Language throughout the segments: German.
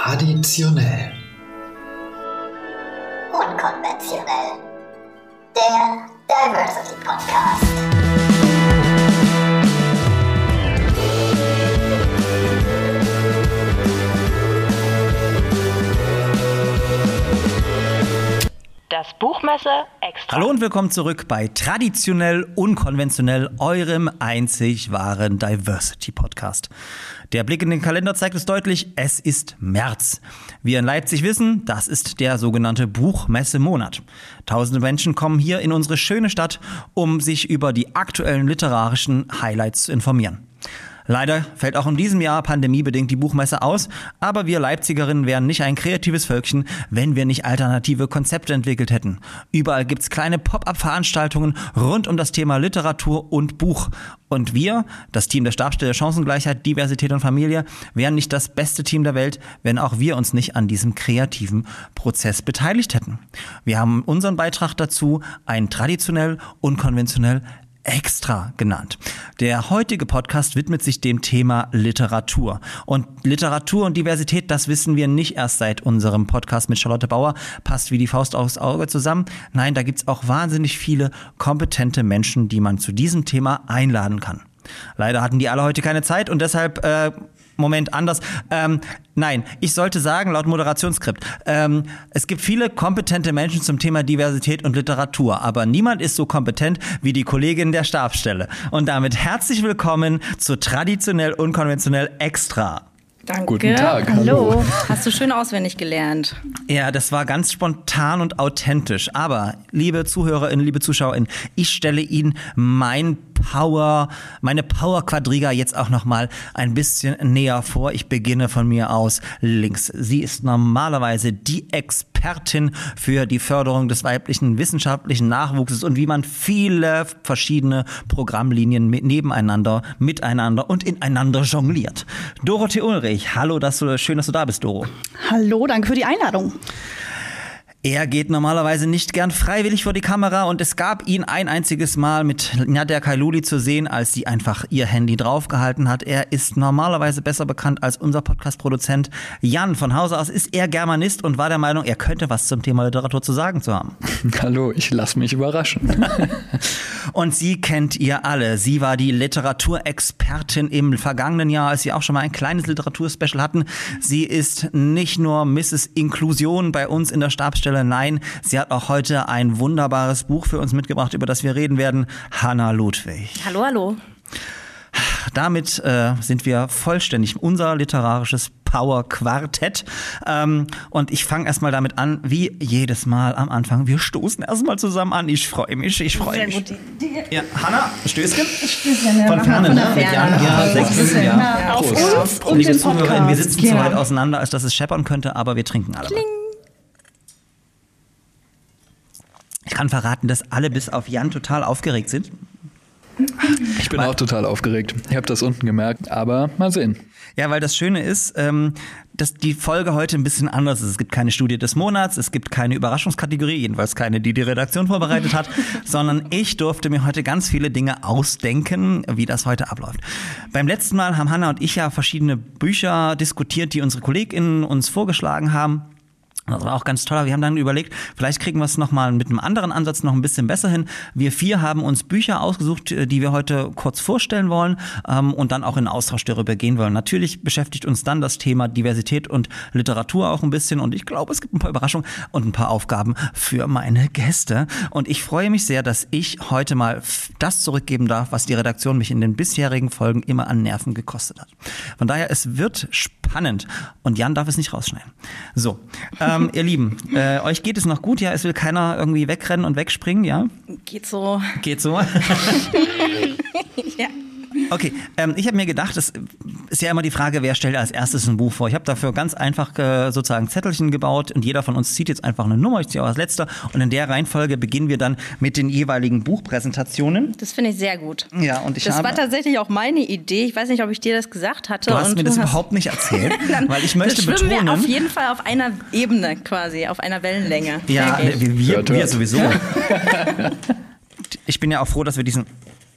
Traditionell. Unkonventionell. Der Diversity Podcast. Das Buchmesse Extra. Hallo und willkommen zurück bei Traditionell Unkonventionell, eurem einzig wahren Diversity-Podcast. Der Blick in den Kalender zeigt es deutlich, es ist März. Wir in Leipzig wissen, das ist der sogenannte Buchmesse-Monat. Tausende Menschen kommen hier in unsere schöne Stadt, um sich über die aktuellen literarischen Highlights zu informieren. Leider fällt auch in diesem Jahr pandemiebedingt die Buchmesse aus, aber wir Leipzigerinnen wären nicht ein kreatives Völkchen, wenn wir nicht alternative Konzepte entwickelt hätten. Überall gibt's kleine Pop-up-Veranstaltungen rund um das Thema Literatur und Buch. Und wir, das Team der Stabsstelle Chancengleichheit, Diversität und Familie, wären nicht das beste Team der Welt, wenn auch wir uns nicht an diesem kreativen Prozess beteiligt hätten. Wir haben unseren Beitrag dazu ein traditionell, unkonventionell Extra genannt. Der heutige Podcast widmet sich dem Thema Literatur. Und Literatur und Diversität, das wissen wir nicht erst seit unserem Podcast mit Charlotte Bauer, passt wie die Faust aufs Auge zusammen. Nein, da gibt's auch wahnsinnig viele kompetente Menschen, die man zu diesem Thema einladen kann. Leider hatten die alle heute keine Zeit und deshalb, Nein, ich sollte sagen, laut Moderationsskript, es gibt viele kompetente Menschen zum Thema Diversität und Literatur, aber niemand ist so kompetent wie die Kollegin der Stabsstelle. Und damit herzlich willkommen zu Traditionell Unkonventionell Extra. Danke. Guten Tag. Hallo. Hast du schön auswendig gelernt. Ja, das war ganz spontan und authentisch. Aber, liebe ZuhörerInnen, liebe ZuschauerInnen, ich stelle Ihnen meine Power-Quadriga jetzt auch noch mal ein bisschen näher vor. Ich beginne von mir aus links. Sie ist normalerweise die Expertin für die Förderung des weiblichen wissenschaftlichen Nachwuchses und wie man viele verschiedene Programmlinien nebeneinander, miteinander und ineinander jongliert. Dorothee Ulrich, hallo, schön, dass du da bist, Doro. Hallo, danke für die Einladung. Er geht normalerweise nicht gern freiwillig vor die Kamera und es gab ihn ein einziges Mal mit Nadia Kailuli zu sehen, als sie einfach ihr Handy draufgehalten hat. Er ist normalerweise besser bekannt als unser Podcast-Produzent Jan. Von Hause aus ist er Germanist und war der Meinung, er könnte was zum Thema Literatur zu sagen zu haben. Hallo, ich lasse mich überraschen. Und sie kennt ihr alle. Sie war die Literaturexpertin im vergangenen Jahr, als sie auch schon mal ein kleines Literaturspecial hatten. Sie ist nicht nur Mrs. Inklusion bei uns in der Stabsstelle. Nein, sie hat auch heute ein wunderbares Buch für uns mitgebracht, über das wir reden werden. Hanna Ludwig. Hallo, hallo. Damit sind wir vollständig. Unser literarisches Power-Quartett. Und ich fange erstmal damit an, wie jedes Mal am Anfang. Wir stoßen erstmal zusammen an. Ich freue mich. Sehr gute Idee. Ja, Hanna, Stößchen? Stößchen, ja. Von Ferne, ne? Mit Jan, ja, 6 ja. Auf uns und Liebe den ZuhörerInnen, wir Podcast. sitzen zu weit auseinander, als dass es scheppern könnte, aber wir trinken alle. Ich kann verraten, dass alle bis auf Jan total aufgeregt sind. Ich bin auch total aufgeregt. Ich habe das unten gemerkt, aber mal sehen. Ja, weil das Schöne ist, dass die Folge heute ein bisschen anders ist. Es gibt keine Studie des Monats, es gibt keine Überraschungskategorie, jedenfalls keine, die die Redaktion vorbereitet hat, sondern ich durfte mir heute ganz viele Dinge ausdenken, wie das heute abläuft. Beim letzten Mal haben Hanna und ich ja verschiedene Bücher diskutiert, die unsere KollegInnen uns vorgeschlagen haben. Das war auch ganz toll. Wir haben dann überlegt, vielleicht kriegen wir es nochmal mit einem anderen Ansatz noch ein bisschen besser hin. Wir 4 haben uns Bücher ausgesucht, die wir heute kurz vorstellen wollen und dann auch in Austausch darüber gehen wollen. Natürlich beschäftigt uns dann das Thema Diversität und Literatur auch ein bisschen und ich glaube, es gibt ein paar Überraschungen und ein paar Aufgaben für meine Gäste. Und ich freue mich sehr, dass ich heute mal das zurückgeben darf, was die Redaktion mich in den bisherigen Folgen immer an Nerven gekostet hat. Von daher, es wird spannend und Jan darf es nicht rausschneiden. So, ihr Lieben, euch geht es noch gut? Ja, es will keiner irgendwie wegrennen und wegspringen, ja? Geht so. Geht so? Ja. Okay, ich habe mir gedacht, es ist ja immer die Frage, wer stellt als erstes ein Buch vor. Ich habe dafür ganz einfach sozusagen Zettelchen gebaut und jeder von uns zieht jetzt einfach eine Nummer, ich ziehe auch als letzter und in der Reihenfolge beginnen wir dann mit den jeweiligen Buchpräsentationen. Das finde ich sehr gut. Ja, und das war tatsächlich auch meine Idee. Ich weiß nicht, ob ich dir das gesagt hatte. Du hast mir das überhaupt nicht erzählt, weil ich möchte betonen... Wir auf jeden Fall auf einer Ebene quasi, auf einer Wellenlänge. Ja, wir sowieso. Ich bin ja auch froh, dass wir diesen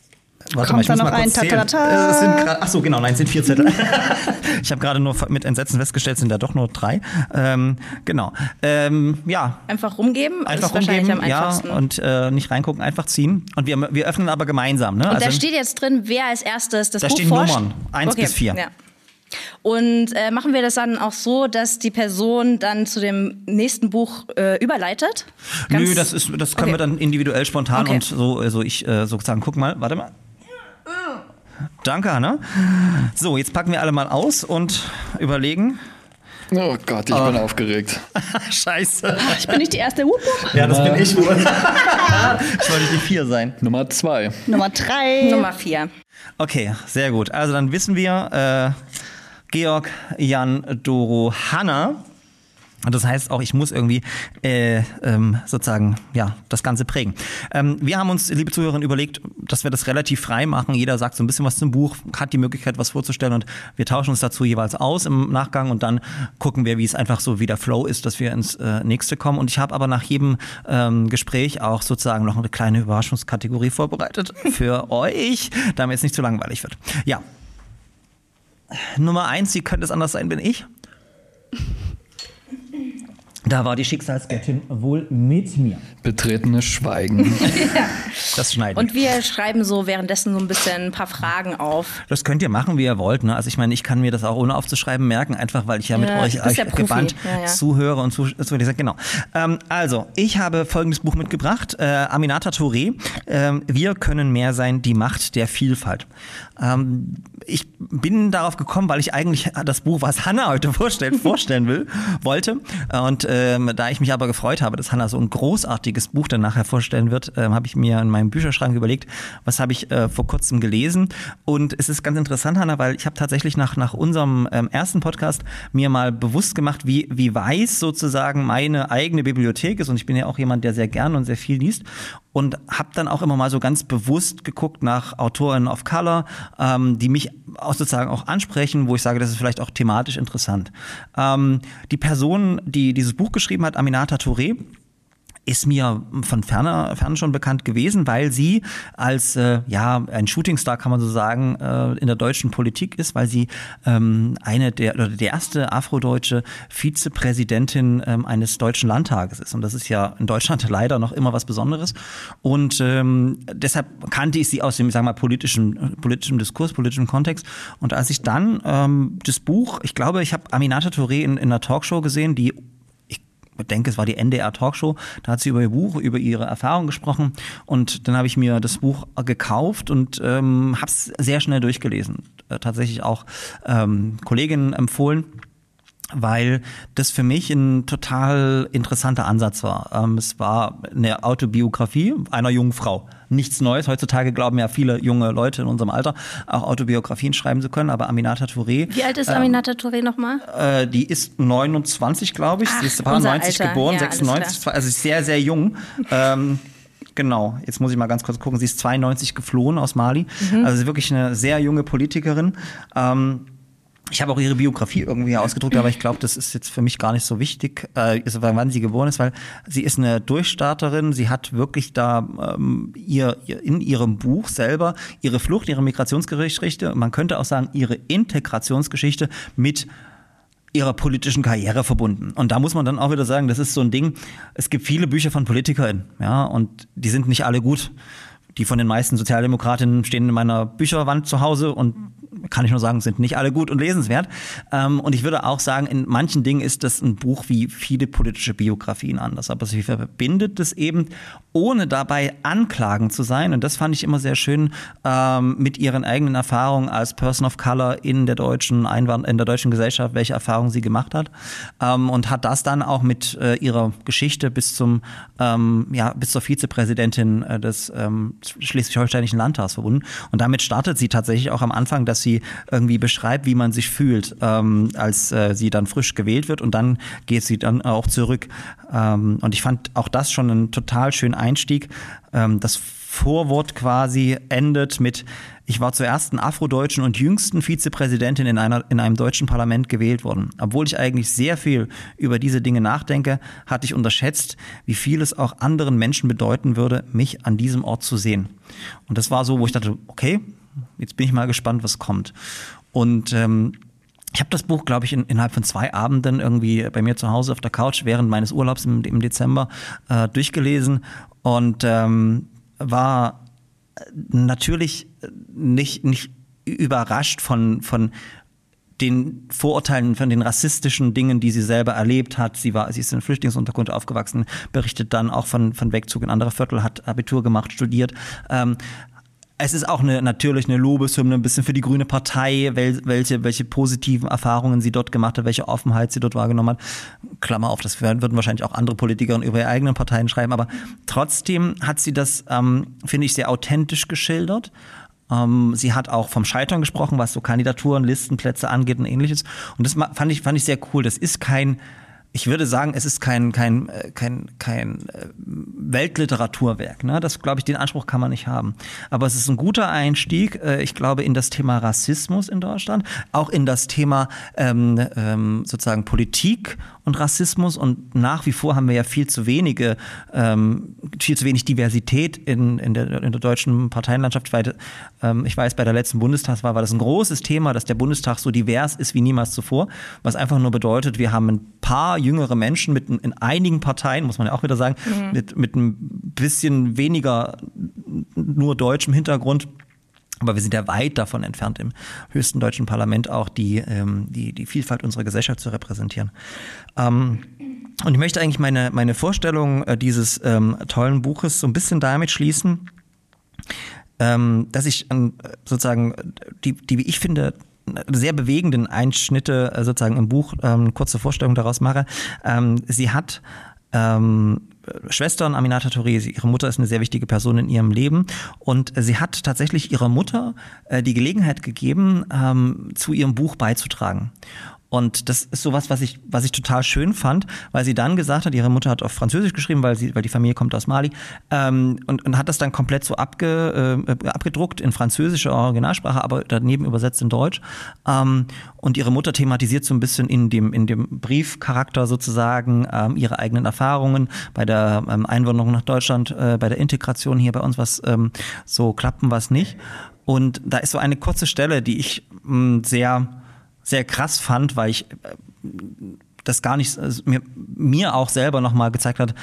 Warte Kommt ich muss da mal noch kurz ein zählen. Tatata? Achso, genau, nein, es sind 4 Zettel. Ich habe gerade nur mit Entsetzen festgestellt, es sind da doch nur 3. Genau. Ja. Einfach rumgeben? Einfach ist wahrscheinlich rumgeben, am ja, einfachsten. und nicht reingucken, einfach ziehen. Und wir öffnen aber gemeinsam. Ne? Und da steht jetzt drin, wer als erstes das da Buch stehen Nummern, 1 bis 4. Ja. Und machen wir das dann auch so, dass die Person dann zu dem nächsten Buch überleitet? Nö, das können wir dann individuell spontan Okay. und so, also ich sozusagen, guck mal, warte mal. Danke, Hanna. So, jetzt packen wir alle mal aus und überlegen. Oh Gott, ich bin aufgeregt. Scheiße. Ich bin nicht die erste. Wupp, wupp. Ja, das bin ich wohl. Ich wollte die 4 sein. Nummer 2. Nummer 3. Nummer 4. Okay, sehr gut. Also dann wissen wir, Georg, Jan, Doro, Hanna. Und das heißt auch, ich muss irgendwie sozusagen ja das Ganze prägen. Wir haben uns, liebe Zuhörerinnen, überlegt, dass wir das relativ frei machen. Jeder sagt so ein bisschen was zum Buch, hat die Möglichkeit, was vorzustellen und wir tauschen uns dazu jeweils aus im Nachgang und dann gucken wir, wie es einfach so wie der Flow ist, dass wir ins nächste kommen. Und ich habe aber nach jedem Gespräch auch sozusagen noch eine kleine Überraschungskategorie vorbereitet für euch, damit es nicht zu langweilig wird. Ja. Nummer 1, wie könnte es anders sein, bin ich. Da war die Schicksalsgöttin wohl mit mir. Betretenes Schweigen. Das schneiden. Und wir schreiben so währenddessen so ein bisschen ein paar Fragen auf. Das könnt ihr machen, wie ihr wollt. Ne? Also ich meine, ich kann mir das auch ohne aufzuschreiben merken, einfach weil ich ja mit euch du bist ja Profi. gebannt Ja. zuhöre und zuhöre. Genau. Also, ich habe folgendes Buch mitgebracht. Aminata Touré. Wir können mehr sein, die Macht der Vielfalt. Ich bin darauf gekommen, weil ich eigentlich das Buch, was Hanna heute vorstellen wollte. Und da ich mich aber gefreut habe, dass Hanna so ein großartiges Buch dann nachher vorstellen wird, habe ich mir in meinem Bücherschrank überlegt, was habe ich vor kurzem gelesen. Und es ist ganz interessant, Hanna, weil ich habe tatsächlich nach unserem ersten Podcast mir mal bewusst gemacht, wie weiß sozusagen meine eigene Bibliothek ist. Und ich bin ja auch jemand, der sehr gern und sehr viel liest. Und habe dann auch immer mal so ganz bewusst geguckt nach Autorinnen of Color, die mich auch sozusagen auch ansprechen, wo ich sage, das ist vielleicht auch thematisch interessant. Die Person, die dieses Buch geschrieben hat, Aminata Touré, ist mir von ferne schon bekannt gewesen, weil sie als ein Shootingstar, kann man so sagen, in der deutschen Politik ist, weil sie die erste afrodeutsche Vizepräsidentin eines deutschen Landtages ist. Und das ist ja in Deutschland leider noch immer was Besonderes. Und deshalb kannte ich sie aus dem, sagen wir mal, politischen Diskurs, politischem Kontext. Und als ich dann das Buch, ich glaube, ich habe Aminata Touré in einer Talkshow gesehen, die ich denke, es war die NDR-Talkshow, da hat sie über ihr Buch, über ihre Erfahrungen gesprochen und dann habe ich mir das Buch gekauft und habe es sehr schnell durchgelesen. Tatsächlich auch Kolleginnen empfohlen, weil das für mich ein total interessanter Ansatz war. Es war eine Autobiografie einer jungen Frau. Nichts Neues. Heutzutage glauben ja viele junge Leute in unserem Alter, auch Autobiografien schreiben zu können. Aber Aminata Touré. Wie alt ist Aminata Touré nochmal? Die ist 29, glaube ich. Sie ist 90 geboren, ja, 96, also sehr, sehr jung. Genau, jetzt muss ich mal ganz kurz gucken. Sie ist 92 geflohen aus Mali. Also wirklich eine sehr junge Politikerin. Ich habe auch ihre Biografie irgendwie ausgedruckt, aber ich glaube, das ist jetzt für mich gar nicht so wichtig, wann sie geboren ist, weil sie ist eine Durchstarterin. Sie hat wirklich da in ihrem Buch selber ihre Flucht, ihre Migrationsgeschichte, man könnte auch sagen, ihre Integrationsgeschichte mit ihrer politischen Karriere verbunden. Und da muss man dann auch wieder sagen, das ist so ein Ding, es gibt viele Bücher von PolitikerInnen, ja, und die sind nicht alle gut. Die von den meisten Sozialdemokratinnen stehen in meiner Bücherwand zu Hause und kann ich nur sagen, sind nicht alle gut und lesenswert. Und ich würde auch sagen, in manchen Dingen ist das ein Buch wie viele politische Biografien anders. Aber sie verbindet es eben, ohne dabei anklagend zu sein. Und das fand ich immer sehr schön, mit ihren eigenen Erfahrungen als Person of Color in der deutschen Gesellschaft, welche Erfahrungen sie gemacht hat. Und hat das dann auch mit ihrer Geschichte bis zur Vizepräsidentin des Schleswig-Holsteinischen Landtags verbunden. Und damit startet sie tatsächlich auch am Anfang, dass sie irgendwie beschreibt, wie man sich fühlt, als sie dann frisch gewählt wird. Und dann geht sie dann auch zurück. Und ich fand auch das schon einen total schönen Einstieg. Das Vorwort quasi endet mit: Ich war zur ersten afrodeutschen und jüngsten Vizepräsidentin in einem deutschen Parlament gewählt worden. Obwohl ich eigentlich sehr viel über diese Dinge nachdenke, hatte ich unterschätzt, wie viel es auch anderen Menschen bedeuten würde, mich an diesem Ort zu sehen. Und das war so, wo ich dachte, okay, jetzt bin ich mal gespannt, was kommt. Und ich habe das Buch, glaube ich, innerhalb von 2 Abenden irgendwie bei mir zu Hause auf der Couch während meines Urlaubs im Dezember durchgelesen und war natürlich nicht überrascht von den Vorurteilen, von den rassistischen Dingen, die sie selber erlebt hat. Sie ist in Flüchtlingsunterkunft aufgewachsen, berichtet dann auch von Wegzug in andere Viertel, hat Abitur gemacht, studiert. Es ist auch natürlich eine Lobeshymne ein bisschen für die Grüne Partei, welche positiven Erfahrungen sie dort gemacht hat, welche Offenheit sie dort wahrgenommen hat. Klammer auf, das würden wahrscheinlich auch andere Politiker über ihre eigenen Parteien schreiben, aber trotzdem hat sie das, finde ich, sehr authentisch geschildert. Sie hat auch vom Scheitern gesprochen, was so Kandidaturen, Listenplätze angeht und ähnliches. Und das fand ich sehr cool. Das ist ich würde sagen, es ist kein Weltliteraturwerk. Ne? Das, glaube ich, den Anspruch kann man nicht haben. Aber es ist ein guter Einstieg, ich glaube, in das Thema Rassismus in Deutschland, auch in das Thema sozusagen Politik und Rassismus. Und nach wie vor haben wir ja viel zu wenig Diversität in der deutschen Parteienlandschaft. Ich weiß, bei der letzten Bundestagswahl war das ein großes Thema, dass der Bundestag so divers ist wie niemals zuvor. Was einfach nur bedeutet, wir haben ein paar jüngere Menschen in einigen Parteien, muss man ja auch wieder sagen, mit ein bisschen weniger nur deutschem Hintergrund. Aber wir sind ja weit davon entfernt, im höchsten deutschen Parlament auch die Vielfalt unserer Gesellschaft zu repräsentieren. Und ich möchte eigentlich meine Vorstellung dieses tollen Buches so ein bisschen damit schließen, dass ich sozusagen die, wie ich finde, sehr bewegenden Einschnitte sozusagen im Buch, kurze Vorstellung daraus mache. Sie hat Schwestern, Aminata Touré, ihre Mutter ist eine sehr wichtige Person in ihrem Leben und sie hat tatsächlich ihrer Mutter die Gelegenheit gegeben, zu ihrem Buch beizutragen. Und das ist sowas, was ich total schön fand, weil sie dann gesagt hat, ihre Mutter hat auf Französisch geschrieben, weil die Familie kommt aus Mali, und hat das dann komplett so abgedruckt in französischer Originalsprache, aber daneben übersetzt in Deutsch. Und ihre Mutter thematisiert so ein bisschen in dem Briefcharakter sozusagen ihre eigenen Erfahrungen bei der Einwanderung nach Deutschland, bei der Integration hier bei uns, was so klappen, was nicht. Und da ist so eine kurze Stelle, die ich sehr krass fand, weil ich das gar nicht mir auch selber nochmal gezeigt hat,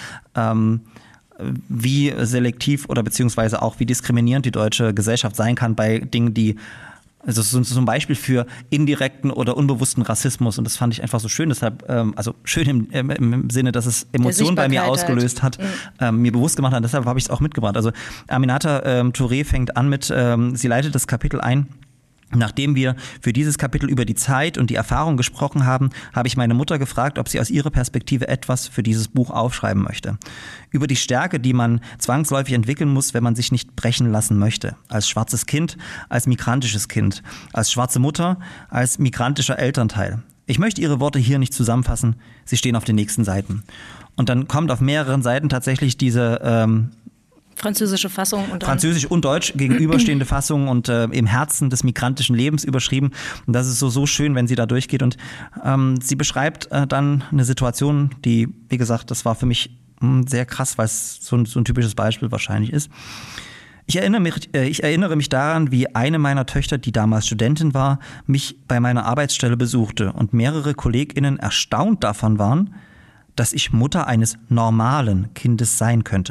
wie selektiv oder beziehungsweise auch wie diskriminierend die deutsche Gesellschaft sein kann bei Dingen, die also so ein Beispiel für indirekten oder unbewussten Rassismus. Und das fand ich einfach so schön. Deshalb, also schön im Sinne, dass es Emotionen bei mir ausgelöst hat, mir bewusst gemacht hat. Deshalb habe ich es auch mitgebracht. Also Aminata Touré fängt an mit, sie leitet das Kapitel ein. Nachdem wir für dieses Kapitel über die Zeit und die Erfahrung gesprochen haben, habe ich meine Mutter gefragt, ob sie aus ihrer Perspektive etwas für dieses Buch aufschreiben möchte. Über die Stärke, die man zwangsläufig entwickeln muss, wenn man sich nicht brechen lassen möchte. Als schwarzes Kind, als migrantisches Kind, als schwarze Mutter, als migrantischer Elternteil. Ich möchte ihre Worte hier nicht zusammenfassen, sie stehen auf den nächsten Seiten. Und dann kommt auf mehreren Seiten tatsächlich diese französische Fassung und Französisch und Deutsch gegenüberstehende Fassung und im Herzen des migrantischen Lebens überschrieben. Und das ist so schön, wenn sie da durchgeht. Und sie beschreibt dann eine Situation, die, wie gesagt, das war für mich sehr krass, weil es so ein typisches Beispiel wahrscheinlich ist. Ich erinnere mich daran, wie eine meiner Töchter, die damals Studentin war, mich bei meiner Arbeitsstelle besuchte und mehrere KollegInnen erstaunt davon waren, dass ich Mutter eines normalen Kindes sein könnte.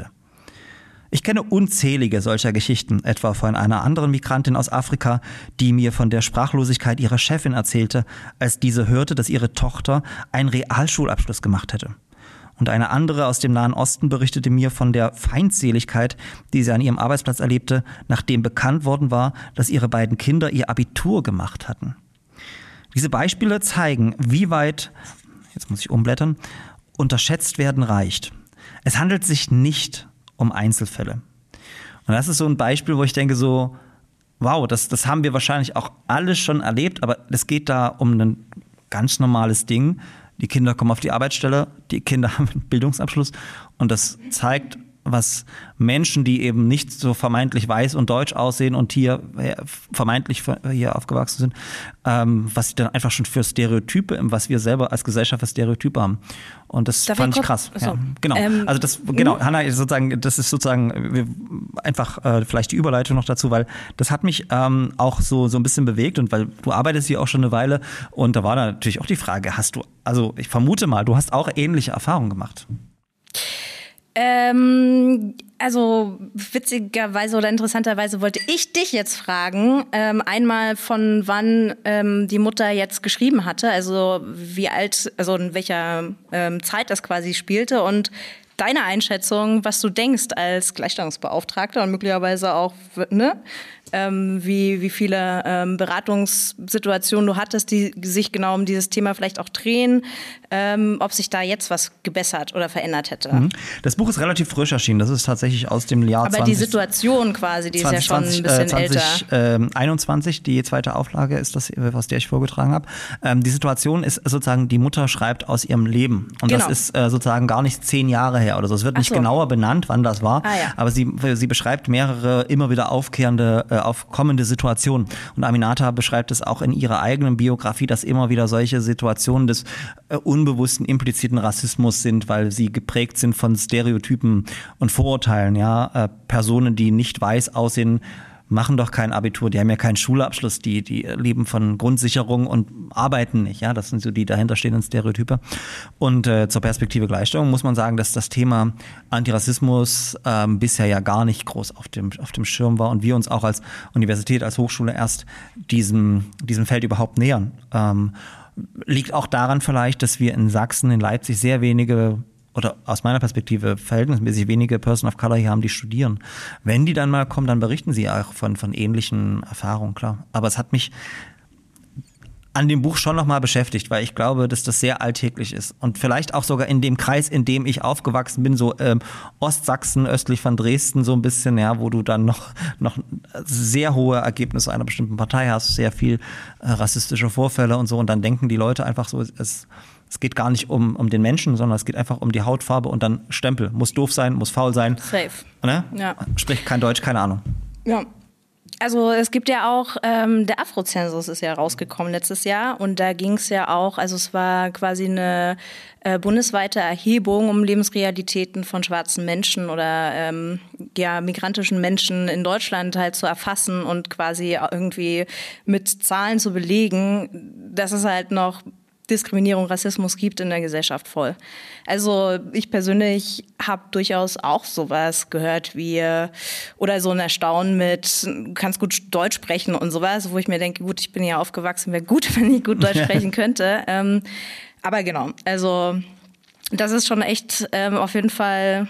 Ich kenne unzählige solcher Geschichten, etwa von einer anderen Migrantin aus Afrika, die mir von der Sprachlosigkeit ihrer Chefin erzählte, als diese hörte, dass ihre Tochter einen Realschulabschluss gemacht hätte. Und eine andere aus dem Nahen Osten berichtete mir von der Feindseligkeit, die sie an ihrem Arbeitsplatz erlebte, nachdem bekannt worden war, dass ihre beiden Kinder ihr Abitur gemacht hatten. Diese Beispiele zeigen, wie weit, jetzt muss ich umblättern, unterschätzt werden reicht. Es handelt sich nicht um Einzelfälle. Und das ist so ein Beispiel, wo ich denke so, wow, das haben wir wahrscheinlich auch alle schon erlebt, aber es geht da um ein ganz normales Ding. Die Kinder kommen auf die Arbeitsstelle, die Kinder haben einen Bildungsabschluss und das zeigt was Menschen, die eben nicht so vermeintlich weiß und deutsch aussehen und hier vermeintlich hier aufgewachsen sind, was sie dann einfach schon für Stereotype, was wir selber als Gesellschaft für Stereotype haben. Und das fand ich krass. Achso. Ja, genau. Hanna, das ist sozusagen einfach vielleicht die Überleitung noch dazu, weil das hat mich auch so ein bisschen bewegt und weil du arbeitest hier auch schon eine Weile und da war da natürlich auch die Frage, ich vermute mal, du hast auch ähnliche Erfahrungen gemacht. Also witzigerweise oder interessanterweise wollte ich dich jetzt fragen, einmal von wann die Mutter jetzt geschrieben hatte, also wie alt, also in welcher Zeit das quasi spielte und deine Einschätzung, was du denkst als Gleichstellungsbeauftragter und möglicherweise auch, ne, wie viele Beratungssituationen du hattest, die sich genau um dieses Thema vielleicht auch drehen, ob sich da jetzt was gebessert oder verändert hätte. Das Buch ist relativ frisch erschienen, das ist tatsächlich aus dem Jahr Aber die Situation quasi, die ist ja schon ein bisschen älter. 2021, die zweite Auflage ist das, aus der ich vorgetragen habe. Die Situation ist sozusagen, die Mutter schreibt aus ihrem Leben und das ist sozusagen gar nicht 10 Jahre her oder so. Es wird nicht genauer benannt, wann das war, aber sie beschreibt mehrere immer wieder aufkommende Situationen. Und Aminata beschreibt es auch in ihrer eigenen Biografie, dass immer wieder solche Situationen des unbewussten, impliziten Rassismus sind, weil sie geprägt sind von Stereotypen und Vorurteilen. Ja, Personen, die nicht weiß aussehen, machen doch kein Abitur, die haben ja keinen Schulabschluss, die leben von Grundsicherung und arbeiten nicht. Ja, das sind so die dahinterstehenden Stereotype. Und zur Perspektive Gleichstellung muss man sagen, dass das Thema Antirassismus bisher ja gar nicht groß auf dem Schirm war und wir uns auch als Universität, als Hochschule erst diesem Feld überhaupt nähern. Liegt auch daran vielleicht, dass wir in Sachsen, in Leipzig sehr wenige oder aus meiner Perspektive verhältnismäßig wenige Person of Color hier haben, die studieren. Wenn die dann mal kommen, dann berichten sie auch von ähnlichen Erfahrungen, klar. Aber es hat mich an dem Buch schon nochmal beschäftigt, weil ich glaube, dass das sehr alltäglich ist. Und vielleicht auch sogar in dem Kreis, in dem ich aufgewachsen bin, so Ostsachsen, östlich von Dresden, so ein bisschen, ja, wo du dann noch sehr hohe Ergebnisse einer bestimmten Partei hast, sehr viel rassistische Vorfälle und so. Und dann denken die Leute einfach so, es geht gar nicht um den Menschen, sondern es geht einfach um die Hautfarbe und dann Stempel. Muss doof sein, muss faul sein. Safe. Ne? Ja. Spricht kein Deutsch, keine Ahnung. Ja. Also es gibt ja auch, der Afrozensus ist ja rausgekommen letztes Jahr und da ging es ja auch, also es war quasi eine bundesweite Erhebung, um Lebensrealitäten von schwarzen Menschen oder migrantischen Menschen in Deutschland halt zu erfassen und quasi irgendwie mit Zahlen zu belegen, dass es halt noch Diskriminierung, Rassismus gibt in der Gesellschaft voll. Also ich persönlich habe durchaus auch sowas gehört wie oder so ein Erstaunen mit, du kannst gut Deutsch sprechen und sowas, wo ich mir denke, gut, ich bin ja aufgewachsen, wäre gut, wenn ich gut Deutsch sprechen könnte. Aber genau, also das ist schon echt auf jeden Fall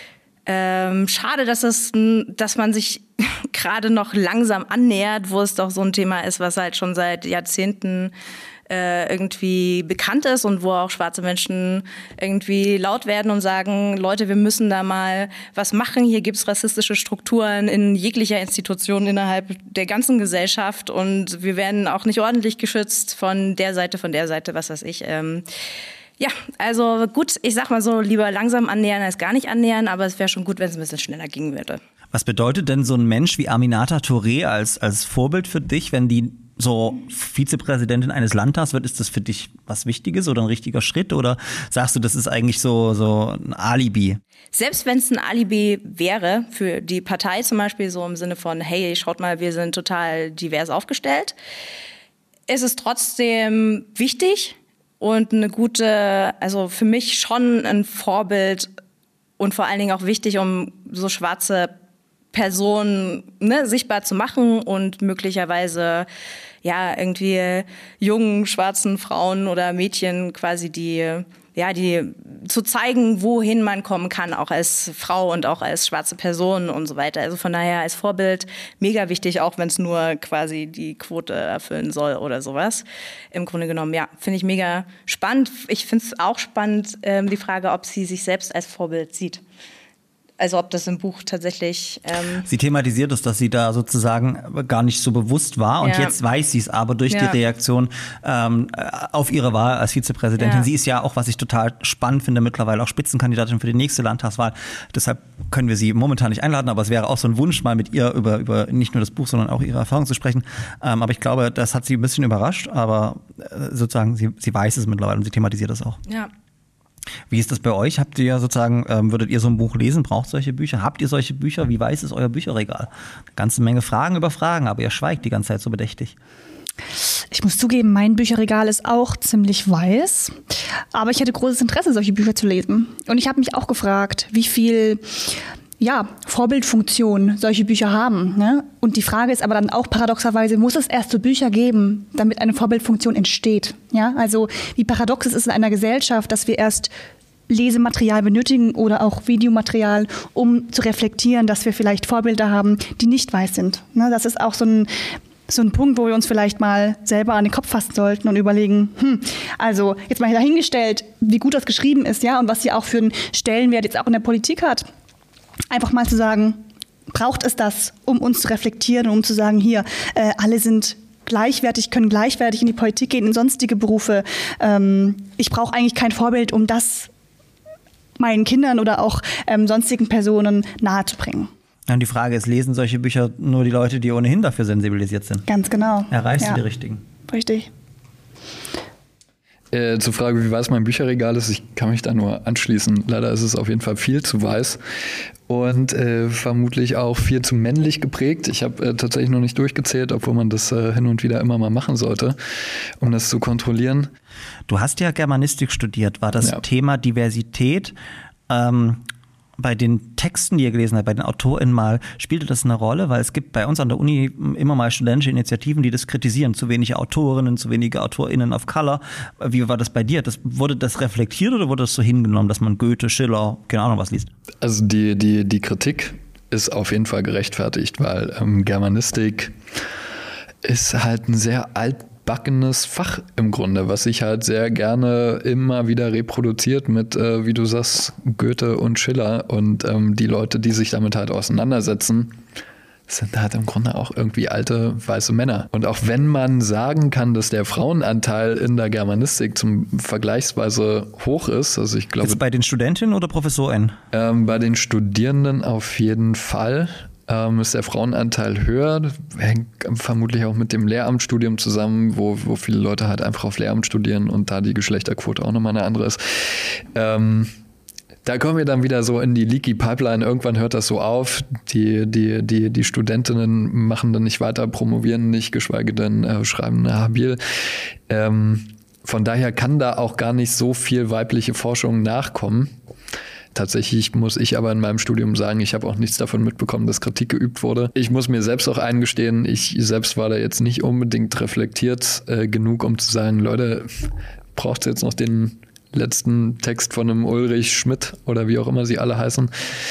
schade, dass man sich gerade noch langsam annähert, wo es doch so ein Thema ist, was halt schon seit Jahrzehnten irgendwie bekannt ist und wo auch schwarze Menschen irgendwie laut werden und sagen, Leute, wir müssen da mal was machen. Hier gibt es rassistische Strukturen in jeglicher Institution innerhalb der ganzen Gesellschaft und wir werden auch nicht ordentlich geschützt von der Seite, was weiß ich. Ja, also gut, ich sag mal so, lieber langsam annähern als gar nicht annähern, aber es wäre schon gut, wenn es ein bisschen schneller gehen würde. Was bedeutet denn so ein Mensch wie Aminata Touré als Vorbild für dich, wenn die so Vizepräsidentin eines Landtags wird? Ist das für dich was Wichtiges oder ein richtiger Schritt oder sagst du, das ist eigentlich so ein Alibi? Selbst wenn es ein Alibi wäre für die Partei zum Beispiel, so im Sinne von, hey, schaut mal, wir sind total divers aufgestellt, ist es trotzdem wichtig und eine gute, also für mich schon ein Vorbild und vor allen Dingen auch wichtig, um so schwarze Personen sichtbar zu machen und möglicherweise ja irgendwie jungen schwarzen Frauen oder Mädchen quasi die zu zeigen, wohin man kommen kann, auch als Frau und auch als schwarze Person und so weiter. Also von daher als Vorbild mega wichtig, auch wenn es nur quasi die Quote erfüllen soll oder sowas. Im Grunde genommen, ja, finde ich mega spannend. Ich finde es auch spannend, die Frage, ob sie sich selbst als Vorbild sieht. also ob das im Buch tatsächlich... Sie thematisiert es, dass sie da sozusagen gar nicht so bewusst war und jetzt weiß sie es aber durch die Reaktion auf ihre Wahl als Vizepräsidentin. Sie ist ja auch, was ich total spannend finde, mittlerweile auch Spitzenkandidatin für die nächste Landtagswahl. Deshalb können wir sie momentan nicht einladen, aber es wäre auch so ein Wunsch, mal mit ihr über nicht nur das Buch, sondern auch ihre Erfahrungen zu sprechen. Aber ich glaube, das hat sie ein bisschen überrascht, aber sozusagen sie weiß es mittlerweile und sie thematisiert das auch. Ja. Wie ist das bei euch? Habt ihr sozusagen, würdet ihr so ein Buch lesen? Braucht solche Bücher? Habt ihr solche Bücher? Wie weiß ist euer Bücherregal? Eine ganze Menge Fragen über Fragen, aber ihr schweigt die ganze Zeit so bedächtig. Ich muss zugeben, mein Bücherregal ist auch ziemlich weiß, aber ich hatte großes Interesse, solche Bücher zu lesen. Und ich habe mich auch gefragt, wie viel Vorbildfunktion solche Bücher haben. Ne? Und die Frage ist aber dann auch paradoxerweise, muss es erst so Bücher geben, damit eine Vorbildfunktion entsteht? Ja? Also wie paradox es ist in einer Gesellschaft, dass wir erst Lesematerial benötigen oder auch Videomaterial, um zu reflektieren, dass wir vielleicht Vorbilder haben, die nicht weiß sind. Ne? Das ist auch so ein Punkt, wo wir uns vielleicht mal selber an den Kopf fassen sollten und überlegen, also jetzt mal dahingestellt, wie gut das geschrieben ist, ja, und was sie auch für einen Stellenwert jetzt auch in der Politik hat. Einfach mal zu sagen, braucht es das, um uns zu reflektieren und um zu sagen, hier, alle sind gleichwertig, können gleichwertig in die Politik gehen, in sonstige Berufe. Ich brauche eigentlich kein Vorbild, um das meinen Kindern oder auch sonstigen Personen nahezubringen. Und die Frage ist, lesen solche Bücher nur die Leute, die ohnehin dafür sensibilisiert sind? Ganz genau. Erreichst du die Richtigen? Richtig. Zur Frage, wie weiß mein Bücherregal ist, ich kann mich da nur anschließen. Leider ist es auf jeden Fall viel zu weiß und vermutlich auch viel zu männlich geprägt. Ich habe tatsächlich noch nicht durchgezählt, obwohl man das hin und wieder immer mal machen sollte, um das zu kontrollieren. Du hast ja Germanistik studiert. War das Thema Diversität bei den Texten, die ihr gelesen habt, bei den AutorInnen mal, spielte das eine Rolle? Weil es gibt bei uns an der Uni immer mal studentische Initiativen, die das kritisieren. Zu wenige Autorinnen, zu wenige AutorInnen of Color. Wie war das bei dir? Wurde das reflektiert oder wurde das so hingenommen, dass man Goethe, Schiller, keine Ahnung was liest? Also die Kritik ist auf jeden Fall gerechtfertigt, weil Germanistik ist halt ein sehr altbackenes Fach im Grunde, was sich halt sehr gerne immer wieder reproduziert mit, wie du sagst, Goethe und Schiller und die Leute, die sich damit halt auseinandersetzen, sind halt im Grunde auch irgendwie alte weiße Männer. Und auch wenn man sagen kann, dass der Frauenanteil in der Germanistik zum vergleichsweise hoch ist, also ich glaube... Jetzt bei den Studentinnen oder ProfessorInnen? Bei den Studierenden auf jeden Fall. Ist der Frauenanteil höher, hängt vermutlich auch mit dem Lehramtsstudium zusammen, wo viele Leute halt einfach auf Lehramt studieren und da die Geschlechterquote auch nochmal eine andere ist. Da kommen wir dann wieder so in die Leaky Pipeline. Irgendwann hört das so auf. Die Studentinnen machen dann nicht weiter, promovieren nicht, geschweige denn schreiben eine Habil. Von daher kann da auch gar nicht so viel weibliche Forschung nachkommen. Tatsächlich muss ich aber in meinem Studium sagen, ich habe auch nichts davon mitbekommen, dass Kritik geübt wurde. Ich muss mir selbst auch eingestehen, ich selbst war da jetzt nicht unbedingt reflektiert genug, um zu sagen, Leute, braucht ihr jetzt noch den letzten Text von einem Ulrich Schmidt oder wie auch immer sie alle heißen.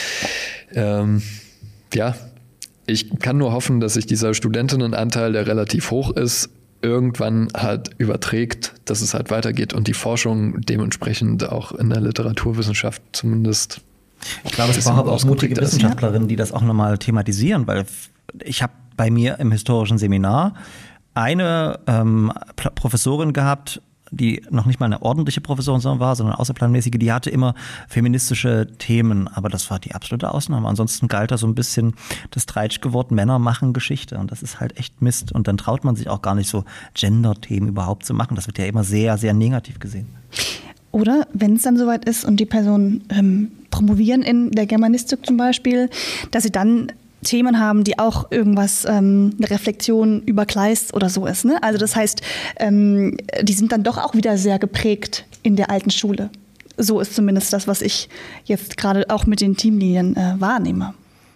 Ich kann nur hoffen, dass sich dieser Studentinnenanteil, der relativ hoch ist, irgendwann halt überträgt, dass es halt weitergeht und die Forschung dementsprechend auch in der Literaturwissenschaft zumindest. Ich glaube, es braucht auch mutige Wissenschaftlerinnen, die das auch nochmal thematisieren, weil ich habe bei mir im historischen Seminar eine Professorin gehabt, die noch nicht mal eine ordentliche Professorin war, sondern außerplanmäßige, die hatte immer feministische Themen, aber das war die absolute Ausnahme. Ansonsten galt da so ein bisschen das Treitschke-Wort, Männer machen Geschichte und das ist halt echt Mist. Und dann traut man sich auch gar nicht so Gender-Themen überhaupt zu machen. Das wird ja immer sehr, sehr negativ gesehen. Oder wenn es dann soweit ist und die Personen promovieren in der Germanistik zum Beispiel, dass sie dann Themen haben, die auch irgendwas, eine Reflexion über Kleist oder so ist. Ne? Also das heißt, die sind dann doch auch wieder sehr geprägt in der alten Schule. So ist zumindest das, was ich jetzt gerade auch mit den Teamlinien wahrnehme.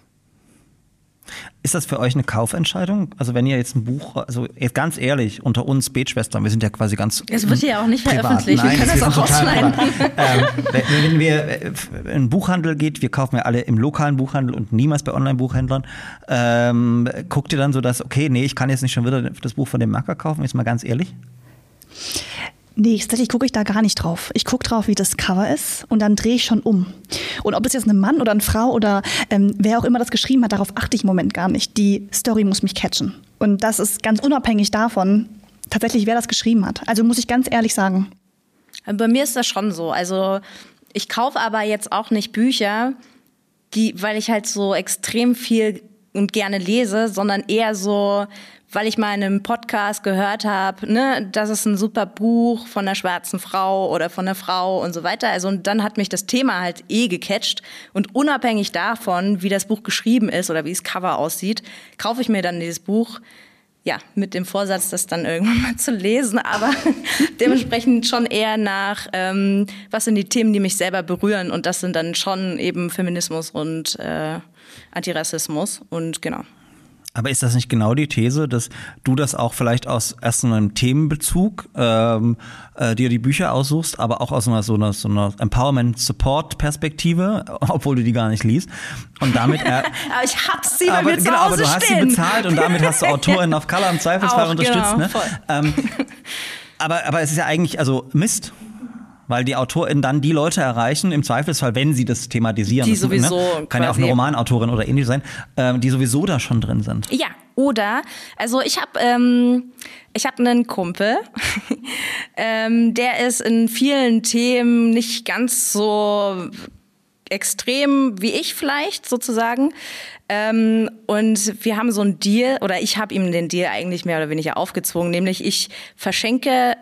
Ist das für euch eine Kaufentscheidung? Also wenn ihr jetzt ein Buch, also jetzt ganz ehrlich, unter uns Betschwestern, wir sind ja quasi ganz Es wird ja auch nicht privat. veröffentlicht, Nein, wir können das auch rausschneiden. Wenn wir in einen Buchhandel geht, wir kaufen ja alle im lokalen Buchhandel und niemals bei Online-Buchhändlern, guckt ihr dann so, dass, okay, nee, ich kann jetzt nicht schon wieder das Buch von dem Macker kaufen, jetzt mal ganz ehrlich? Nee, tatsächlich gucke ich da gar nicht drauf. Ich gucke drauf, wie das Cover ist und dann drehe ich schon um. Und ob es jetzt ein Mann oder eine Frau oder wer auch immer das geschrieben hat, darauf achte ich im Moment gar nicht. Die Story muss mich catchen. Und das ist ganz unabhängig davon, tatsächlich, wer das geschrieben hat. Also muss ich ganz ehrlich sagen. Bei mir ist das schon so. Also ich kaufe aber jetzt auch nicht Bücher, weil ich halt so extrem viel und gerne lese, sondern eher so, weil ich mal in einem Podcast gehört habe, ne, das ist ein super Buch von einer schwarzen Frau oder von einer Frau und so weiter. Also und dann hat mich das Thema halt gecatcht und unabhängig davon, wie das Buch geschrieben ist oder wie das Cover aussieht, kaufe ich mir dann dieses Buch, ja, mit dem Vorsatz, das dann irgendwann mal zu lesen, aber dementsprechend schon eher nach, was sind die Themen, die mich selber berühren, und das sind dann schon eben Feminismus und Antirassismus und genau. Aber ist das nicht genau die These, dass du das auch vielleicht aus erst so einem Themenbezug dir die Bücher aussuchst, aber auch aus so einer Empowerment-Support-Perspektive, obwohl du die gar nicht liest, und damit aber ich hab sie bei mir zu Hause aber du hast sie bezahlt und damit hast du Autorinnen of Color im Zweifelsfall auch, unterstützt. Genau, ne? voll. Aber es ist ja eigentlich Mist. Weil die AutorInnen dann die Leute erreichen, im Zweifelsfall, wenn sie das thematisieren. Die sowieso ne? Kann ja auch eine Romanautorin oder ähnlich sein, die sowieso da schon drin sind. Ja, oder, also ich habe einen Kumpel, der ist in vielen Themen nicht ganz so extrem wie ich vielleicht sozusagen. Und wir haben so einen Deal, oder ich habe ihm den Deal eigentlich mehr oder weniger aufgezwungen, nämlich ich schenke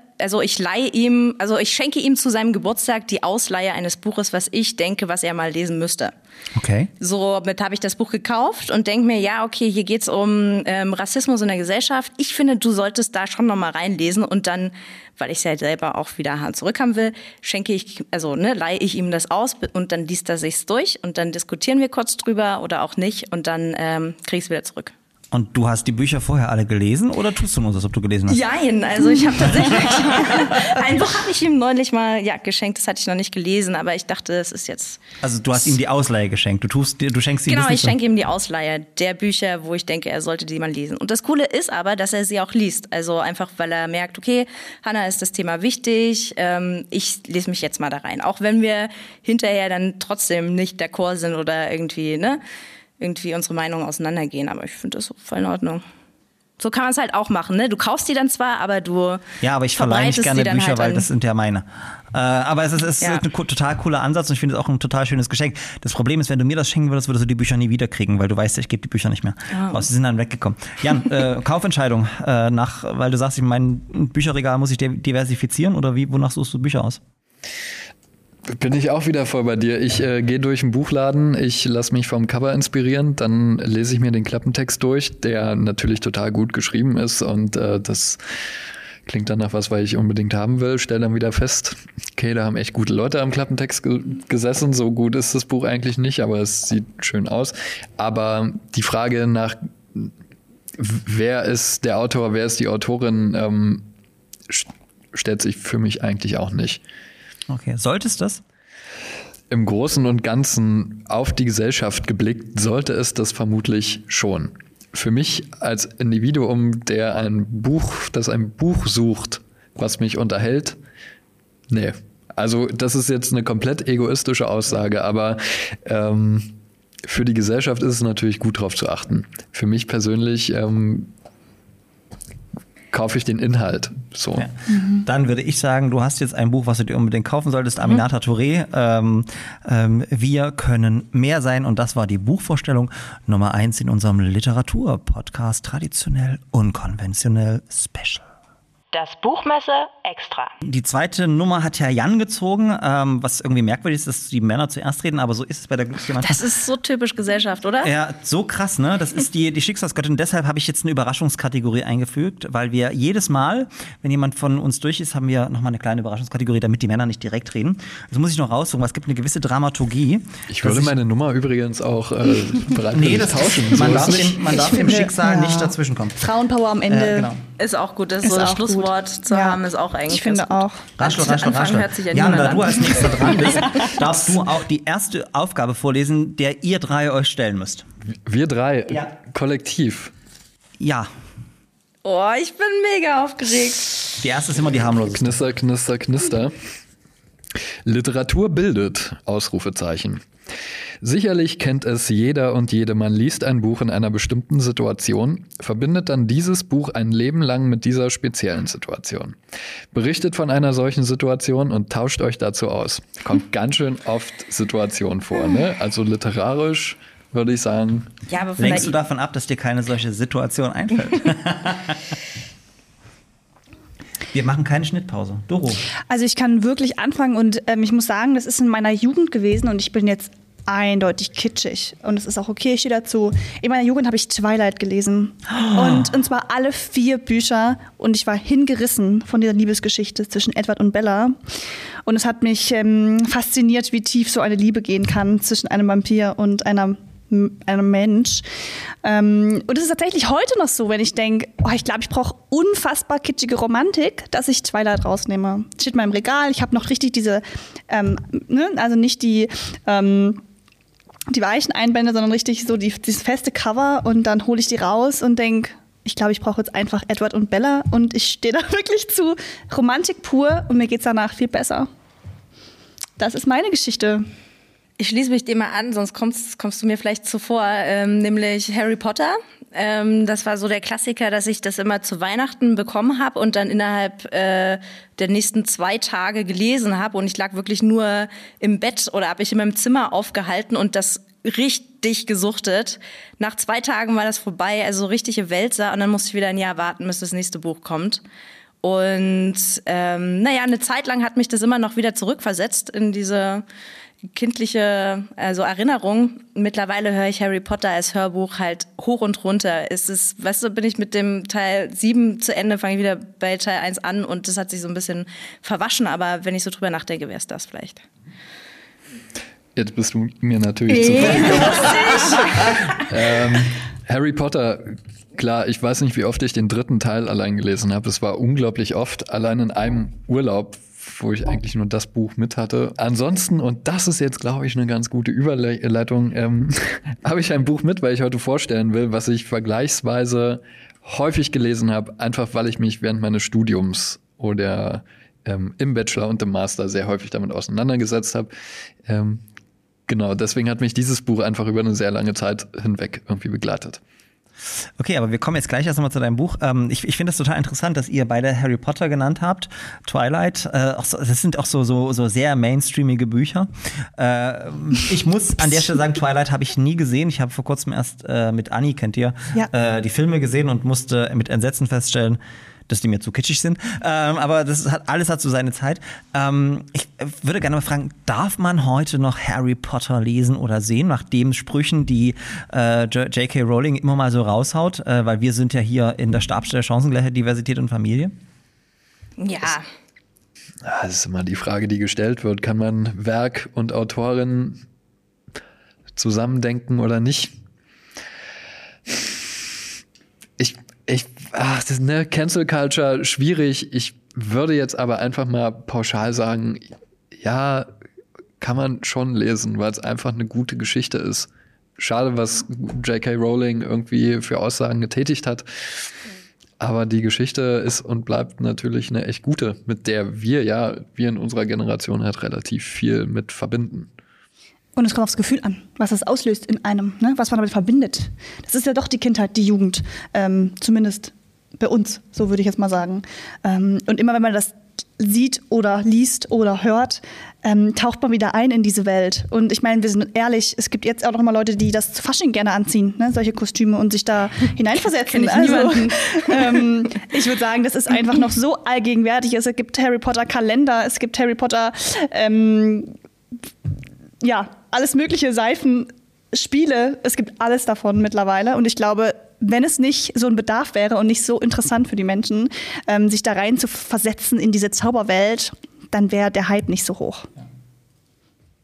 ihm zu seinem Geburtstag die Ausleihe eines Buches, was ich denke, was er mal lesen müsste. Okay. Somit habe ich das Buch gekauft und denke mir, ja, okay, hier geht's um Rassismus in der Gesellschaft. Ich finde, du solltest da schon noch mal reinlesen und dann, weil ich es ja selber auch wieder zurückhaben will, leihe ich ihm das aus und dann liest er sich's durch und dann diskutieren wir kurz drüber oder auch nicht und dann krieg ich es wieder zurück. Und du hast die Bücher vorher alle gelesen oder tust du nur so, als ob du gelesen hast? Nein, also ich habe tatsächlich ein Buch habe ich ihm neulich mal geschenkt, das hatte ich noch nicht gelesen, aber ich dachte, es ist jetzt... Also du hast ihm die Ausleihe geschenkt, du schenkst ihm Genau, das nicht ich schenke ihm die Ausleihe der Bücher, wo ich denke, er sollte die mal lesen. Und das Coole ist aber, dass er sie auch liest, also einfach, weil er merkt, okay, Hannah, ist das Thema wichtig, ich lese mich jetzt mal da rein. Auch wenn wir hinterher dann trotzdem nicht d'accord sind oder irgendwie unsere Meinungen auseinandergehen, aber ich finde das voll in Ordnung. So kann man es halt auch machen, ne? Du kaufst die dann zwar, aber du aber ich verleihe nicht gerne Bücher, halt weil das sind ja meine. Aber es ist Ja. ein total cooler Ansatz und ich finde es auch ein total schönes Geschenk. Das Problem ist, wenn du mir das schenken würdest, würdest du die Bücher nie wiederkriegen, weil du weißt ja, ich gebe die Bücher nicht mehr raus. Die sind dann weggekommen. Jan, Kaufentscheidung, weil du sagst, mein Bücherregal muss ich diversifizieren oder wonach suchst du Bücher aus? Bin ich auch wieder voll bei dir. Ich gehe durch einen Buchladen, ich lasse mich vom Cover inspirieren, dann lese ich mir den Klappentext durch, der natürlich total gut geschrieben ist und das klingt dann nach was ich unbedingt haben will, stelle dann wieder fest, okay, da haben echt gute Leute am Klappentext gesessen, so gut ist das Buch eigentlich nicht, aber es sieht schön aus. Aber die Frage nach, wer ist der Autor, wer ist die Autorin, stellt sich für mich eigentlich auch nicht. Okay, solltest das? Im Großen und Ganzen auf die Gesellschaft geblickt, sollte es das vermutlich schon. Für mich als Individuum, der ein Buch sucht, was mich unterhält, nee. Also das ist jetzt eine komplett egoistische Aussage, aber für die Gesellschaft ist es natürlich gut, drauf zu achten. Für mich persönlich kaufe ich den Inhalt. So. Ja. Dann würde ich sagen, du hast jetzt ein Buch, was du dir unbedingt kaufen solltest, Aminata Touré. Wir können mehr sein und das war die Buchvorstellung Nummer 1 in unserem Literatur-Podcast, traditionell, unkonventionell, special. Das Buchmesse Extra. Die zweite Nummer hat ja Jan gezogen, was irgendwie merkwürdig ist, dass die Männer zuerst reden, aber so ist es bei der Glücksjemand. Das ist so typisch Gesellschaft, oder? Ja, so krass, ne? Das ist die Schicksalsgöttin. Deshalb habe ich jetzt eine Überraschungskategorie eingefügt, weil wir jedes Mal, wenn jemand von uns durch ist, haben wir nochmal eine kleine Überraschungskategorie, damit die Männer nicht direkt reden. Das muss ich noch raussuchen, weil es gibt eine gewisse Dramaturgie. Ich würde meine Nummer übrigens auch bereit tauschen. Man darf dem Schicksal nicht dazwischenkommen. Frauenpower am Ende. Genau. Ist auch gut, das ist so das Schlusswort zu haben, ist auch eigentlich Ich finde ganz gut. auch. Raschel. Hört sich ja Jan, niemand da du an. als nächster dran bist, darfst du auch die erste Aufgabe vorlesen, der ihr drei euch stellen müsst. Wir drei, Ja. kollektiv. Ja. Oh, ich bin mega aufgeregt. Die erste ist immer die harmloseste. Knister, knister, knister. Literatur bildet, Ausrufezeichen. Sicherlich kennt es jeder und jede, man liest ein Buch in einer bestimmten Situation, verbindet dann dieses Buch ein Leben lang mit dieser speziellen Situation. Berichtet von einer solchen Situation und tauscht euch dazu aus. Kommt ganz schön oft Situationen vor, ne? Also literarisch würde ich sagen. Ja, aber Lenkst du davon ab, dass dir keine solche Situation einfällt? Wir machen keine Schnittpause. Doro. Also ich kann wirklich anfangen und ich muss sagen, das ist in meiner Jugend gewesen und ich bin jetzt eindeutig kitschig. Und es ist auch okay, ich stehe dazu. In meiner Jugend habe ich Twilight gelesen. Und zwar alle 4 Bücher. Und ich war hingerissen von dieser Liebesgeschichte zwischen Edward und Bella. Und es hat mich fasziniert, wie tief so eine Liebe gehen kann zwischen einem Vampir und einem Mensch. Und es ist tatsächlich heute noch so, wenn ich denke, ich glaube, ich brauche unfassbar kitschige Romantik, dass ich Twilight rausnehme. Steht mal im Regal, ich habe noch richtig diese, also nicht die weichen Einbände, sondern richtig so dieses feste Cover und dann hole ich die raus und denke, ich glaube, ich brauche jetzt einfach Edward und Bella und ich stehe da wirklich zu Romantik pur und mir geht es danach viel besser. Das ist meine Geschichte. Ich schließe mich dem mal an, sonst kommst du mir vielleicht zuvor, nämlich Harry Potter. Das war so der Klassiker, dass ich das immer zu Weihnachten bekommen habe und dann innerhalb der nächsten 2 Tage gelesen habe. Und ich lag wirklich nur im Bett oder habe ich in meinem Zimmer aufgehalten und das richtig gesuchtet. Nach 2 Tagen war das vorbei, also richtige Wälzer. Und dann musste ich wieder ein Jahr warten, bis das nächste Buch kommt. Und eine Zeit lang hat mich das immer noch wieder zurückversetzt in diese kindliche Erinnerung. Mittlerweile höre ich Harry Potter als Hörbuch halt hoch und runter. Bin ich mit dem Teil 7 zu Ende, fange ich wieder bei Teil 1 an und das hat sich so ein bisschen verwaschen, aber wenn ich so drüber nachdenke, wäre es das vielleicht. Jetzt bist du mir natürlich zu weit gekommen. Harry Potter, klar, ich weiß nicht, wie oft ich den 3. Teil allein gelesen habe. Es war unglaublich oft, allein in einem Urlaub, wo ich eigentlich nur das Buch mit hatte. Ansonsten, und das ist jetzt, glaube ich, eine ganz gute Überleitung, habe ich ein Buch mit, weil ich heute vorstellen will, was ich vergleichsweise häufig gelesen habe, einfach weil ich mich während meines Studiums oder im Bachelor und im Master sehr häufig damit auseinandergesetzt habe. Genau, deswegen hat mich dieses Buch einfach über eine sehr lange Zeit hinweg irgendwie begleitet. Okay, aber wir kommen jetzt gleich erst nochmal zu deinem Buch. Ich finde das total interessant, dass ihr beide Harry Potter genannt habt. Twilight, das sind auch so sehr mainstreamige Bücher. Ich muss an der Stelle sagen, Twilight habe ich nie gesehen. Ich habe vor kurzem erst mit Anni, kennt ihr, die Filme gesehen und musste mit Entsetzen feststellen, dass die mir zu kitschig sind. Aber alles hat so seine Zeit. Ich würde gerne mal fragen, darf man heute noch Harry Potter lesen oder sehen, nach den Sprüchen, die J.K. Rowling immer mal so raushaut? Weil wir sind ja hier in der Stabstelle Chancengleichheit, Diversität und Familie. Ja. Das ist immer die Frage, die gestellt wird. Kann man Werk und Autorin zusammendenken oder nicht? Das ist eine Cancel Culture, schwierig. Ich würde jetzt aber einfach mal pauschal sagen, ja, kann man schon lesen, weil es einfach eine gute Geschichte ist. Schade, was J.K. Rowling irgendwie für Aussagen getätigt hat. Aber die Geschichte ist und bleibt natürlich eine echt gute, mit der wir in unserer Generation halt relativ viel mit verbinden. Und es kommt aufs Gefühl an, was das auslöst in einem, ne? Was man damit verbindet. Das ist ja doch die Kindheit, die Jugend, zumindest bei uns, so würde ich jetzt mal sagen. Und immer wenn man das sieht oder liest oder hört, taucht man wieder ein in diese Welt. Und ich meine, wir sind ehrlich, es gibt jetzt auch noch mal Leute, die das zu Fasching gerne anziehen, ne? Solche Kostüme und sich da hineinversetzen. Ich würde sagen, das ist einfach noch so allgegenwärtig. Es gibt Harry Potter Kalender, es gibt Harry Potter alles mögliche, Seifen, Spiele, es gibt alles davon mittlerweile. Und ich glaube, wenn es nicht so ein Bedarf wäre und nicht so interessant für die Menschen, sich da rein zu versetzen in diese Zauberwelt, dann wäre der Hype nicht so hoch.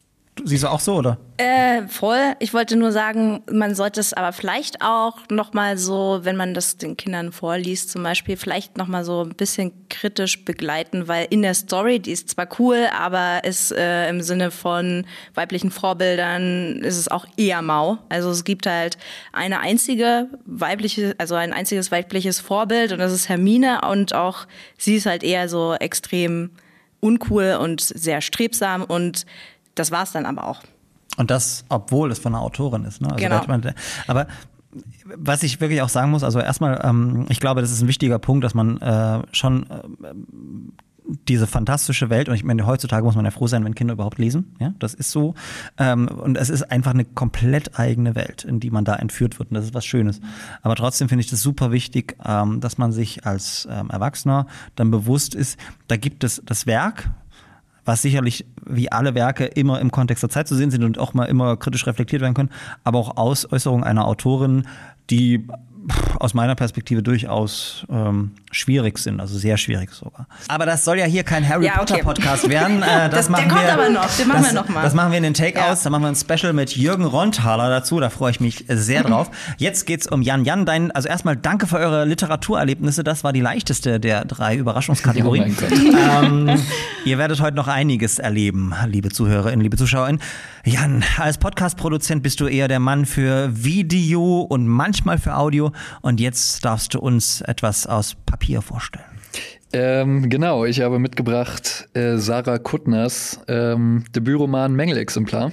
Siehst du auch so, oder? Voll. Ich wollte nur sagen, man sollte es aber vielleicht auch nochmal so, wenn man das den Kindern vorliest zum Beispiel, vielleicht nochmal so ein bisschen kritisch begleiten, weil in der Story, die ist zwar cool, aber ist im Sinne von weiblichen Vorbildern ist es auch eher mau. Also es gibt halt ein einziges weibliches Vorbild und das ist Hermine und auch sie ist halt eher so extrem uncool und sehr strebsam und das war's dann aber auch. Und das, obwohl es von einer Autorin ist. Ne? Also genau. Aber was ich wirklich auch sagen muss, also erstmal, ich glaube, das ist ein wichtiger Punkt, dass man schon diese fantastische Welt, und ich meine, heutzutage muss man ja froh sein, wenn Kinder überhaupt lesen, ja, das ist so. Und es ist einfach eine komplett eigene Welt, in die man da entführt wird, und das ist was Schönes. Aber trotzdem finde ich das super wichtig, dass man sich als Erwachsener dann bewusst ist, da gibt es das Werk, was sicherlich wie alle Werke immer im Kontext der Zeit zu sehen sind und auch mal immer kritisch reflektiert werden können, aber auch Äußerungen einer Autorin, die aus meiner Perspektive durchaus schwierig sind, also sehr schwierig sogar. Aber das soll ja hier kein Harry Potter Podcast werden. Der kommt aber noch, den machen wir noch mal. Das machen wir in den Takeouts, da machen wir ein Special mit Jürgen Ronthaler dazu, da freue ich mich sehr drauf. Jetzt geht's um Jan. Also erstmal danke für eure Literaturerlebnisse, das war die leichteste der 3 Überraschungskategorien. Oh ihr werdet heute noch einiges erleben, liebe Zuhörerinnen, liebe Zuschauerinnen. Jan, als Podcast-Produzent bist du eher der Mann für Video und manchmal für Audio. Und jetzt darfst du uns etwas aus Papier vorstellen. Genau, ich habe mitgebracht Sarah Kuttners Debütroman Mängelexemplar.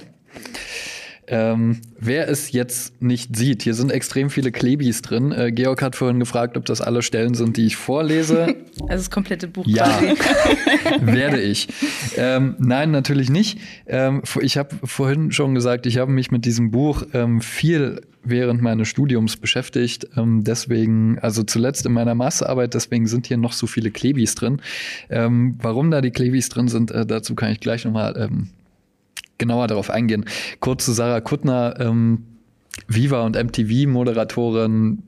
Wer es jetzt nicht sieht, hier sind extrem viele Klebis drin. Georg hat vorhin gefragt, ob das alle Stellen sind, die ich vorlese. Also das komplette Buch. Ja, werde ich. Nein, natürlich nicht. Ich habe vorhin schon gesagt, ich habe mich mit diesem Buch viel während meines Studiums beschäftigt. Deswegen, also zuletzt in meiner Masterarbeit, deswegen sind hier noch so viele Klebis drin. Warum da die Klebis drin sind, dazu kann ich gleich nochmal genauer darauf eingehen. Kurz zu Sarah Kuttner, Viva und MTV-Moderatorin,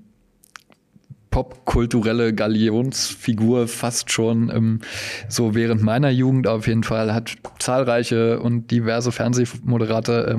popkulturelle Galionsfigur fast schon so während meiner Jugend auf jeden Fall, hat zahlreiche und diverse Fernsehformate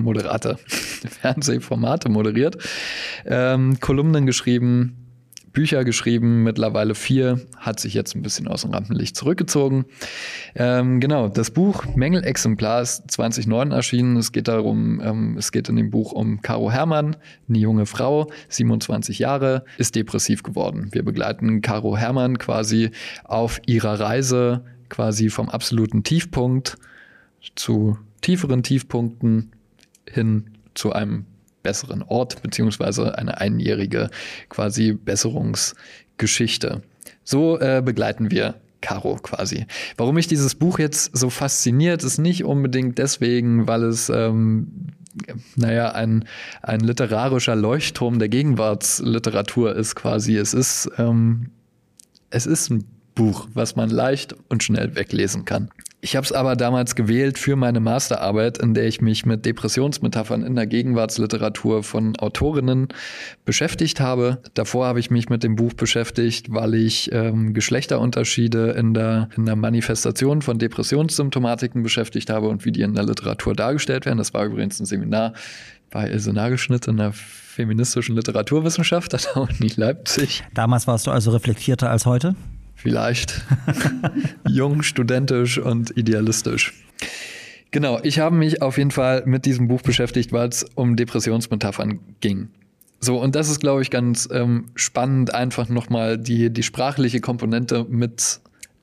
moderiert, Kolumnen geschrieben, Bücher geschrieben, mittlerweile 4, hat sich jetzt ein bisschen aus dem Rampenlicht zurückgezogen. Genau, das Buch Mängelexemplar ist 2009 erschienen. Es geht in dem Buch um Caro Herrmann, eine junge Frau, 27 Jahre, ist depressiv geworden. Wir begleiten Caro Herrmann quasi auf ihrer Reise quasi vom absoluten Tiefpunkt zu tieferen Tiefpunkten hin zu einem besseren Ort, beziehungsweise eine einjährige quasi Besserungsgeschichte. So begleiten wir Caro quasi. Warum mich dieses Buch jetzt so fasziniert, ist nicht unbedingt deswegen, weil es ein literarischer Leuchtturm der Gegenwartsliteratur ist quasi. Es ist ein Buch, was man leicht und schnell weglesen kann. Ich habe es aber damals gewählt für meine Masterarbeit, in der ich mich mit Depressionsmetaphern in der Gegenwartsliteratur von Autorinnen beschäftigt habe. Davor habe ich mich mit dem Buch beschäftigt, weil ich Geschlechterunterschiede in der Manifestation von Depressionssymptomatiken beschäftigt habe und wie die in der Literatur dargestellt werden. Das war übrigens ein Seminar bei Ilse Nagelschnitt in der feministischen Literaturwissenschaft an der Uni Leipzig. Damals warst du also reflektierter als heute? Vielleicht. Jung, studentisch und idealistisch. Genau, ich habe mich auf jeden Fall mit diesem Buch beschäftigt, weil es um Depressionsmetaphern ging. So, und das ist, glaube ich, ganz spannend, einfach nochmal die sprachliche Komponente mit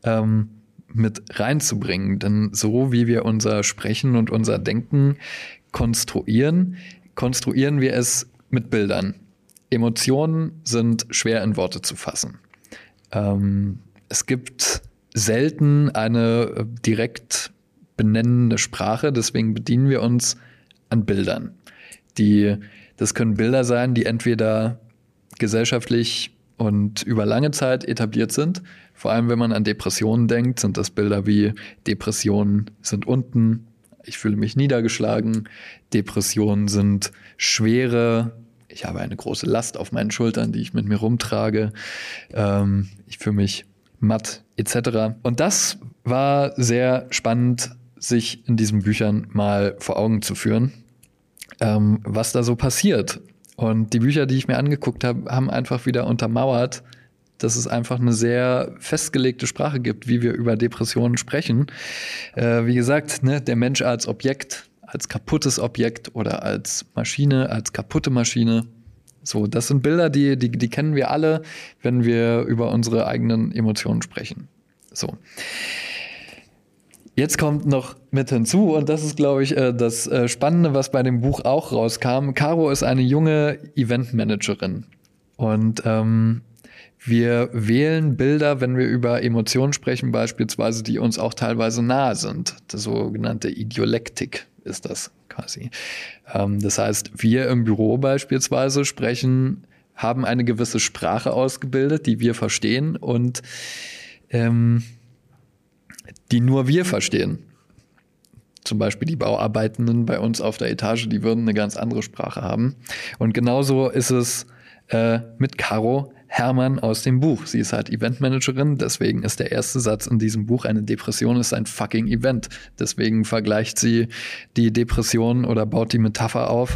reinzubringen. Denn so wie wir unser Sprechen und unser Denken konstruieren wir es mit Bildern. Emotionen sind schwer in Worte zu fassen. Es gibt selten eine direkt benennende Sprache, deswegen bedienen wir uns an Bildern. Das können Bilder sein, die entweder gesellschaftlich und über lange Zeit etabliert sind. Vor allem, wenn man an Depressionen denkt, sind das Bilder wie Depressionen sind unten, ich fühle mich niedergeschlagen, Depressionen sind schwere, ich habe eine große Last auf meinen Schultern, die ich mit mir rumtrage, ich fühle mich matt, etc. Und das war sehr spannend, sich in diesen Büchern mal vor Augen zu führen, was da so passiert. Und die Bücher, die ich mir angeguckt habe, haben einfach wieder untermauert, dass es einfach eine sehr festgelegte Sprache gibt, wie wir über Depressionen sprechen. Wie gesagt, ne, der Mensch als Objekt, als kaputtes Objekt oder als Maschine, als kaputte Maschine. So, das sind Bilder, die kennen wir alle, wenn wir über unsere eigenen Emotionen sprechen. So. Jetzt kommt noch mit hinzu, und das ist, glaube ich, das Spannende, was bei dem Buch auch rauskam. Caro ist eine junge Eventmanagerin. Und wir wählen Bilder, wenn wir über Emotionen sprechen, beispielsweise, die uns auch teilweise nahe sind. Das sogenannte Idiolektik ist das quasi. Das heißt, wir im Büro beispielsweise haben eine gewisse Sprache ausgebildet, die wir verstehen und die nur wir verstehen. Zum Beispiel die Bauarbeitenden bei uns auf der Etage, die würden eine ganz andere Sprache haben. Und genauso ist es mit Caro Herrmann aus dem Buch. Sie ist halt Eventmanagerin, deswegen ist der erste Satz in diesem Buch: eine Depression ist ein fucking Event. Deswegen vergleicht sie die Depression oder baut die Metapher auf,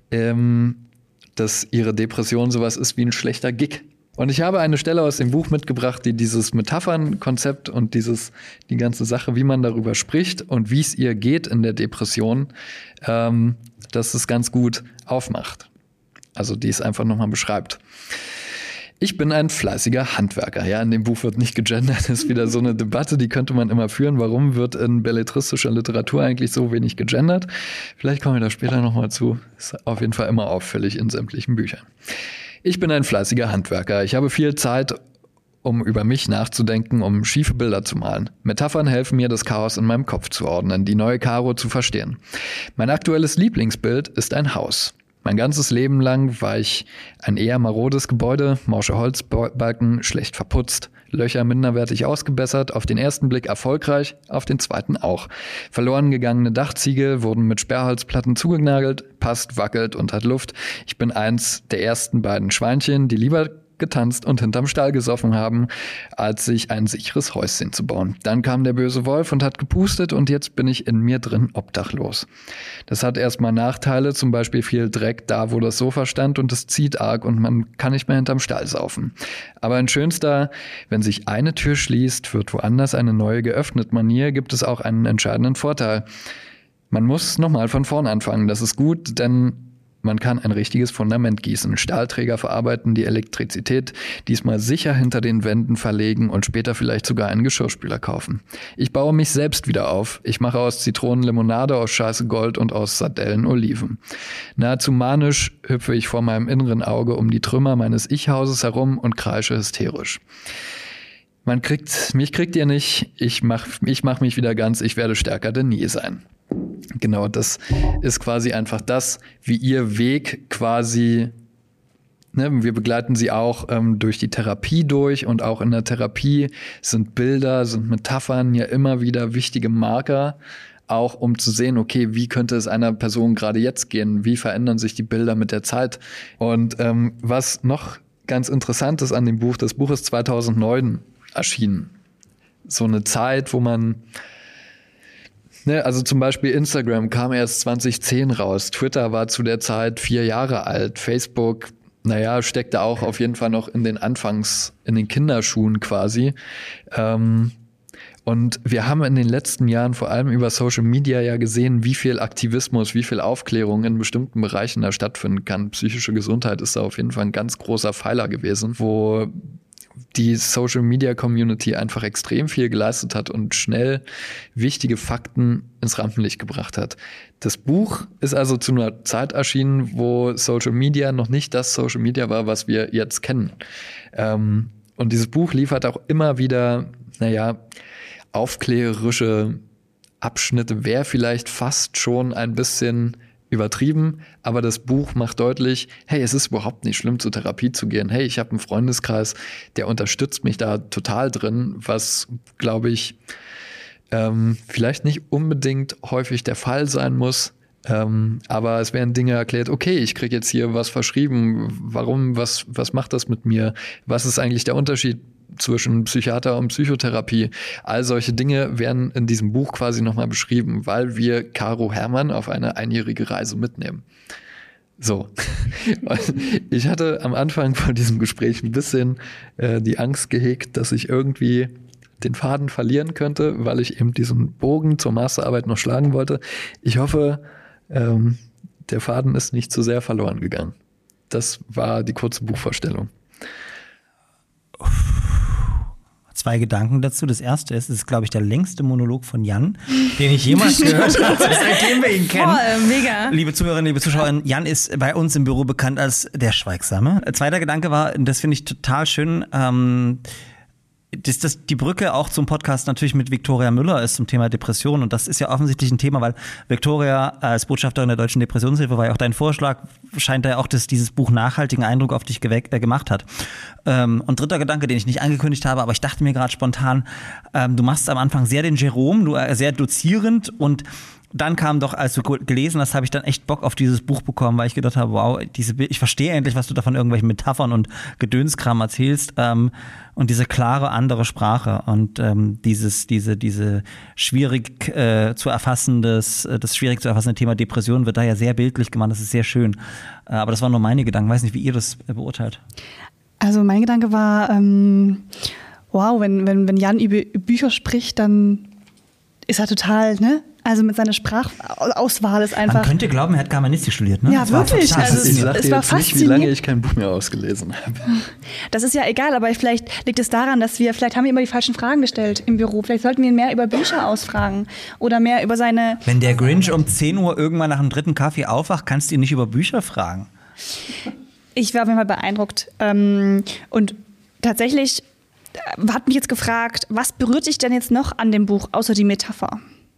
dass ihre Depression sowas ist wie ein schlechter Gig. Und ich habe eine Stelle aus dem Buch mitgebracht, die dieses Metaphernkonzept und die ganze Sache, wie man darüber spricht und wie es ihr geht in der Depression, dass es ganz gut aufmacht. Also die es einfach nochmal beschreibt. Ich bin ein fleißiger Handwerker. Ja, in dem Buch wird nicht gegendert. Das ist wieder so eine Debatte, die könnte man immer führen. Warum wird in belletristischer Literatur eigentlich so wenig gegendert? Vielleicht kommen wir da später nochmal zu. Ist auf jeden Fall immer auffällig in sämtlichen Büchern. Ich bin ein fleißiger Handwerker. Ich habe viel Zeit, um über mich nachzudenken, um schiefe Bilder zu malen. Metaphern helfen mir, das Chaos in meinem Kopf zu ordnen, die neue Caro zu verstehen. Mein aktuelles Lieblingsbild ist ein Haus. Mein ganzes Leben lang war ich ein eher marodes Gebäude, morsche Holzbalken, schlecht verputzt, Löcher minderwertig ausgebessert, auf den ersten Blick erfolgreich, auf den zweiten auch. Verloren gegangene Dachziegel wurden mit Sperrholzplatten zugenagelt, passt, wackelt und hat Luft. Ich bin eins der ersten beiden Schweinchen, die lieber getanzt und hinterm Stall gesoffen haben, als sich ein sicheres Häuschen zu bauen. Dann kam der böse Wolf und hat gepustet und jetzt bin ich in mir drin obdachlos. Das hat erstmal Nachteile, zum Beispiel viel Dreck da, wo das Sofa stand und es zieht arg und man kann nicht mehr hinterm Stall saufen. Aber ein schönster, wenn sich eine Tür schließt, wird woanders eine neue geöffnet. Manier gibt es auch einen entscheidenden Vorteil. Man muss nochmal von vorn anfangen. Das ist gut, denn man kann ein richtiges Fundament gießen, Stahlträger verarbeiten, die Elektrizität diesmal sicher hinter den Wänden verlegen und später vielleicht sogar einen Geschirrspüler kaufen. Ich baue mich selbst wieder auf. Ich mache aus Zitronen Limonade, aus Scheiße Gold und aus Sardellen Oliven. Nahezu manisch hüpfe ich vor meinem inneren Auge um die Trümmer meines Ich-Hauses herum und kreische hysterisch. Mich kriegt ihr nicht, ich mach mich wieder ganz, ich werde stärker denn nie sein. Genau, das ist quasi einfach das, wie ihr Weg quasi, ne, wir begleiten sie auch durch die Therapie durch und auch in der Therapie sind Bilder, sind Metaphern ja immer wieder wichtige Marker, auch um zu sehen, okay, wie könnte es einer Person gerade jetzt gehen, wie verändern sich die Bilder mit der Zeit. Und was noch ganz interessant ist an dem Buch, das Buch ist 2009 erschienen. So eine Zeit, wo man also zum Beispiel Instagram kam erst 2010 raus, Twitter war zu der Zeit 4 Jahre alt, Facebook, steckte auch auf jeden Fall noch in den Kinderschuhen quasi. Und wir haben in den letzten Jahren vor allem über Social Media ja gesehen, wie viel Aktivismus, wie viel Aufklärung in bestimmten Bereichen da stattfinden kann. Psychische Gesundheit ist da auf jeden Fall ein ganz großer Pfeiler gewesen, wo die Social-Media-Community einfach extrem viel geleistet hat und schnell wichtige Fakten ins Rampenlicht gebracht hat. Das Buch ist also zu einer Zeit erschienen, wo Social Media noch nicht das Social Media war, was wir jetzt kennen. Und dieses Buch liefert auch immer wieder, aufklärerische Abschnitte, wäre vielleicht fast schon ein bisschen übertrieben, aber das Buch macht deutlich, hey, es ist überhaupt nicht schlimm, zur Therapie zu gehen. Hey, ich habe einen Freundeskreis, der unterstützt mich da total drin, was, glaube ich, vielleicht nicht unbedingt häufig der Fall sein muss. Aber es werden Dinge erklärt, okay, ich kriege jetzt hier was verschrieben, warum, was macht das mit mir? Was ist eigentlich der Unterschied zwischen Psychiater und Psychotherapie. All solche Dinge werden in diesem Buch quasi nochmal beschrieben, weil wir Caro Herrmann auf eine einjährige Reise mitnehmen. So. Ich hatte am Anfang von diesem Gespräch ein bisschen die Angst gehegt, dass ich irgendwie den Faden verlieren könnte, weil ich eben diesen Bogen zur Masterarbeit noch schlagen wollte. Ich hoffe, der Faden ist nicht zu sehr verloren gegangen. Das war die kurze Buchvorstellung. 2 Gedanken dazu. Das erste ist, es ist, glaube ich, der längste Monolog von Jan, den ich jemals gehört habe, seitdem wir ihn kennen. Mega. Liebe Zuhörerinnen, liebe Zuschauer, Jan ist bei uns im Büro bekannt als der Schweigsame. Zweiter Gedanke war, das finde ich total schön, dass die Brücke auch zum Podcast natürlich mit Viktoria Müller ist zum Thema Depression. Und das ist ja offensichtlich ein Thema, weil Viktoria als Botschafterin der Deutschen Depressionshilfe war ja auch dein Vorschlag, scheint ja auch, dass dieses Buch nachhaltigen Eindruck auf dich gemacht hat. Und dritter Gedanke, den ich nicht angekündigt habe, aber ich dachte mir gerade spontan, du machst am Anfang sehr den Jerome, du sehr dozierend, und dann kam doch, als du gelesen hast, habe ich dann echt Bock auf dieses Buch bekommen, weil ich gedacht habe, wow, ich verstehe endlich, was du da von irgendwelchen Metaphern und Gedönskram erzählst, und diese klare andere Sprache und diese schwierig zu erfassende Thema Depression wird da ja sehr bildlich gemacht, das ist sehr schön. Aber das waren nur meine Gedanken, ich weiß nicht, wie ihr das beurteilt. Also mein Gedanke war, wow, wenn Jan über Bücher spricht, dann ist er total, ne? Also mit seiner Sprachauswahl ist einfach... Man könnte glauben, er hat Germanistik studiert, ne? Ja, wirklich. Also ich sag dir jetzt nicht, wie lange ich kein Buch mehr ausgelesen habe. Das ist ja egal, aber vielleicht liegt es daran, dass vielleicht haben wir immer die falschen Fragen gestellt im Büro. Vielleicht sollten wir ihn mehr über Bücher ausfragen oder mehr über seine... Wenn der Grinch um 10 Uhr irgendwann nach dem 3. Kaffee aufwacht, kannst du ihn nicht über Bücher fragen. Ich war auf jeden Fall beeindruckt. Und tatsächlich hat mich jetzt gefragt, was berührt dich denn jetzt noch an dem Buch, außer die Metapher?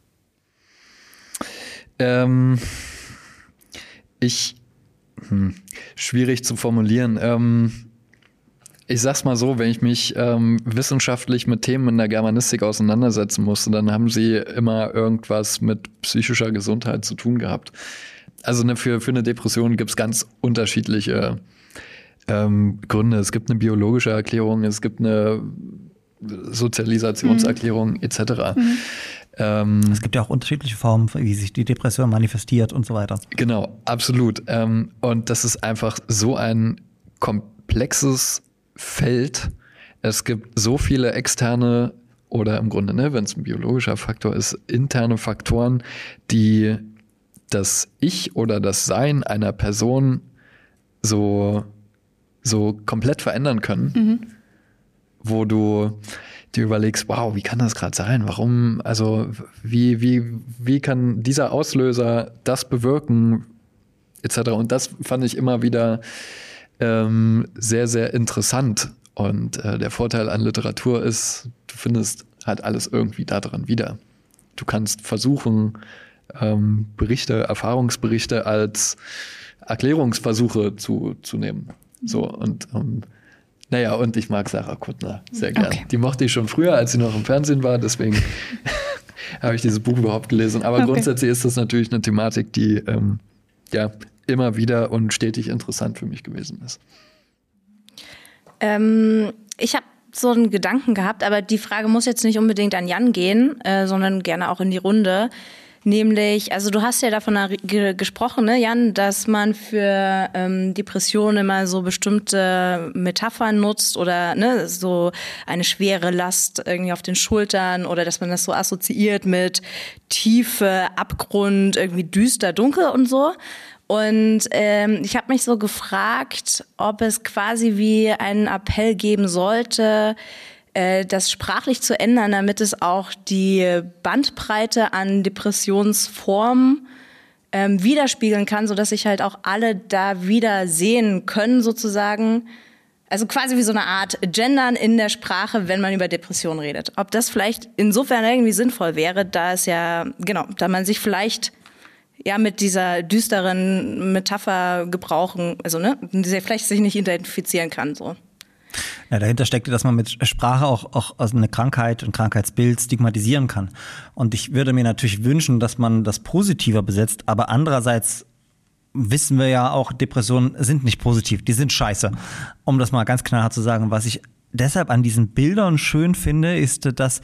Schwierig zu formulieren. Ich sag's mal so, wenn ich mich wissenschaftlich mit Themen in der Germanistik auseinandersetzen musste, dann haben sie immer irgendwas mit psychischer Gesundheit zu tun gehabt. Also für eine Depression gibt's ganz unterschiedliche Gründe. Es gibt eine biologische Erklärung, es gibt eine Sozialisationserklärung etc. Es gibt ja auch unterschiedliche Formen, wie sich die Depression manifestiert und so weiter. Genau, absolut. Und das ist einfach so ein komplexes Feld. Es gibt so viele externe oder im Grunde, ne, wenn es ein biologischer Faktor ist, interne Faktoren, die das Ich oder das Sein einer Person so komplett verändern können, wo du dir überlegst, wow, wie kann das gerade sein? Warum, also wie kann dieser Auslöser das bewirken, etc. Und das fand ich immer wieder sehr, sehr interessant. Und der Vorteil an Literatur ist, du findest halt alles irgendwie da dran wieder. Du kannst versuchen, Erfahrungsberichte als Erklärungsversuche zu nehmen. So, und naja, und ich mag Sarah Kuttner sehr gern. Okay. Die mochte ich schon früher, als sie noch im Fernsehen war, deswegen habe ich dieses Buch überhaupt gelesen. Aber grundsätzlich ist das natürlich eine Thematik, die immer wieder und stetig interessant für mich gewesen ist. Ich habe so einen Gedanken gehabt, aber die Frage muss jetzt nicht unbedingt an Jan gehen, sondern gerne auch in die Runde. Nämlich, also du hast ja davon gesprochen, ne, Jan, dass man für Depressionen immer so bestimmte Metaphern nutzt oder ne, so eine schwere Last irgendwie auf den Schultern oder dass man das so assoziiert mit Tiefe, Abgrund, irgendwie düster, dunkel und so. Und ich habe mich so gefragt, ob es quasi wie einen Appell geben sollte, das sprachlich zu ändern, damit es auch die Bandbreite an Depressionsformen widerspiegeln kann, sodass sich halt auch alle da wieder sehen können sozusagen. Also quasi wie so eine Art Gendern in der Sprache, wenn man über Depressionen redet. Ob das vielleicht insofern irgendwie sinnvoll wäre, da es ja, genau, da man sich vielleicht ja mit dieser düsteren Metapher gebrauchen, also ne, vielleicht sich nicht identifizieren kann, so. Ja, dahinter steckt, dass man mit Sprache auch eine Krankheit, ein Krankheitsbild stigmatisieren kann. Und ich würde mir natürlich wünschen, dass man das positiver besetzt, aber andererseits wissen wir ja auch, Depressionen sind nicht positiv, die sind scheiße. Um das mal ganz knallhart zu sagen, was ich deshalb an diesen Bildern schön finde, ist, dass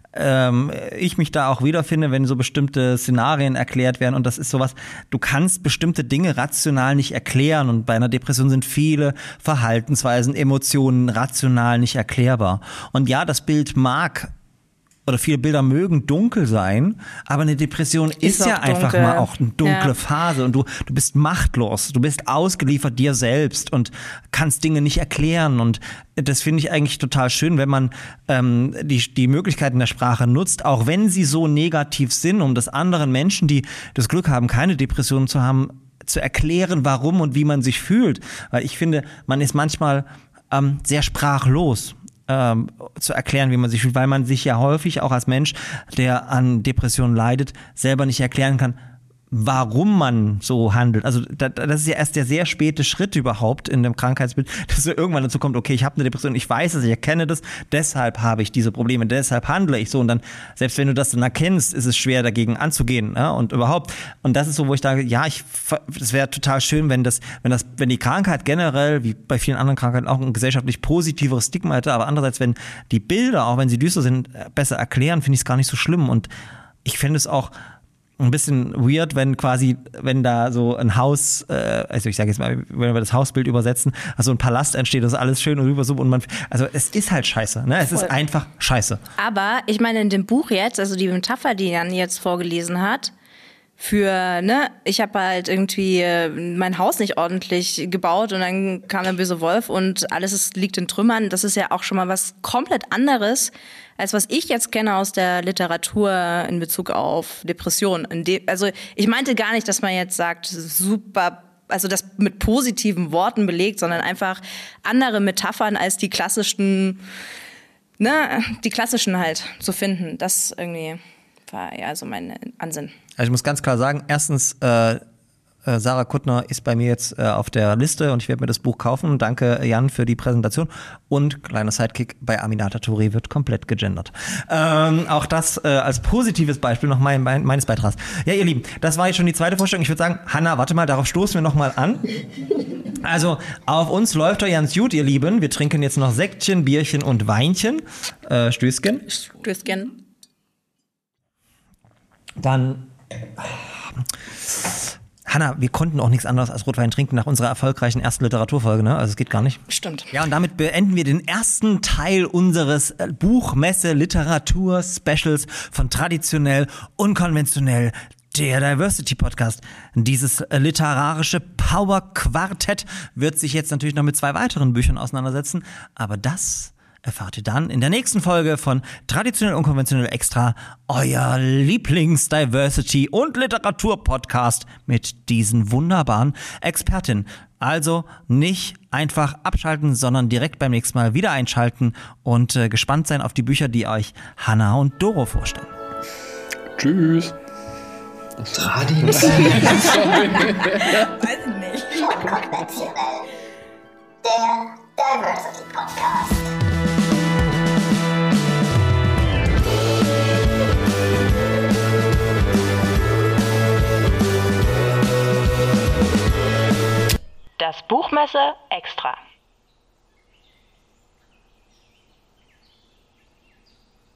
ich mich da auch wiederfinde, wenn so bestimmte Szenarien erklärt werden. Und das ist sowas, du kannst bestimmte Dinge rational nicht erklären. Und bei einer Depression sind viele Verhaltensweisen, Emotionen rational nicht erklärbar. Und ja, das Bild mag oder viele Bilder mögen dunkel sein, aber eine Depression ist ja einfach mal auch eine dunkle Phase und du bist machtlos, du bist ausgeliefert dir selbst und kannst Dinge nicht erklären und das finde ich eigentlich total schön, wenn man die Möglichkeiten der Sprache nutzt, auch wenn sie so negativ sind, um das anderen Menschen, die das Glück haben, keine Depressionen zu haben, zu erklären, warum und wie man sich fühlt, weil ich finde, man ist manchmal sehr sprachlos. Zu erklären, wie man sich fühlt, weil man sich ja häufig auch als Mensch, der an Depressionen leidet, selber nicht erklären kann, warum man so handelt. Also das ist ja erst der sehr späte Schritt überhaupt in dem Krankheitsbild, dass so irgendwann dazu kommt, okay, ich habe eine Depression, ich weiß es, ich erkenne das, deshalb habe ich diese Probleme, deshalb handle ich so und dann, selbst wenn du das dann erkennst, ist es schwer dagegen anzugehen, ja? Und überhaupt. Und das ist so, wo ich sage, ja, das wäre total schön, wenn die Krankheit generell, wie bei vielen anderen Krankheiten, auch ein gesellschaftlich positiveres Stigma hätte, aber andererseits, wenn die Bilder, auch wenn sie düster sind, besser erklären, finde ich es gar nicht so schlimm und ich finde es auch ein bisschen weird, wenn da so ein Haus, also ich sage jetzt mal, wenn wir das Hausbild übersetzen, also ein Palast entsteht, das ist alles schön und rübersub und also es ist halt scheiße, ne? Es ist einfach scheiße. Aber ich meine, in dem Buch jetzt, also die Metapher, die Jan jetzt vorgelesen hat, ich habe halt irgendwie mein Haus nicht ordentlich gebaut und dann kam der böse Wolf und alles liegt in Trümmern. Das ist ja auch schon mal was komplett anderes, als was ich jetzt kenne aus der Literatur in Bezug auf Depressionen. Also ich meinte gar nicht, dass man jetzt sagt, super, also das mit positiven Worten belegt, sondern einfach andere Metaphern als die klassischen halt zu finden. Das irgendwie war ja so mein Ansinn. Also ich muss ganz klar sagen, erstens, Sarah Kuttner ist bei mir jetzt auf der Liste und ich werde mir das Buch kaufen. Danke, Jan, für die Präsentation. Und kleiner Sidekick, bei Aminata Touré wird komplett gegendert. Auch das als positives Beispiel noch meines Beitrags. Ja, ihr Lieben, das war jetzt schon die zweite Vorstellung. Ich würde sagen, Hanna, warte mal, darauf stoßen wir noch mal an. Also, auf uns läuft doch ganz gut, ihr Lieben. Wir trinken jetzt noch Sektchen, Bierchen und Weinchen. Stößchen. Stößchen. Dann, Hanna, wir konnten auch nichts anderes als Rotwein trinken nach unserer erfolgreichen ersten Literaturfolge, ne? Also es geht gar nicht. Stimmt. Ja, und damit beenden wir den ersten Teil unseres Buchmesse-Literatur-Specials von Traditionell, Unkonventionell, der Diversity-Podcast. Dieses literarische Power-Quartett wird sich jetzt natürlich noch mit 2 weiteren Büchern auseinandersetzen, aber das erfahrt ihr dann in der nächsten Folge von Traditionell Unkonventionell Extra, euer Lieblings-Diversity- und Literatur-Podcast mit diesen wunderbaren Expertinnen. Also nicht einfach abschalten, sondern direkt beim nächsten Mal wieder einschalten und gespannt sein auf die Bücher, die euch Hanna und Doro vorstellen. Tschüss. Traditionell. Weiß ich nicht. Unkonventionell. Der Diversity Podcast. Das Buchmesse Extra.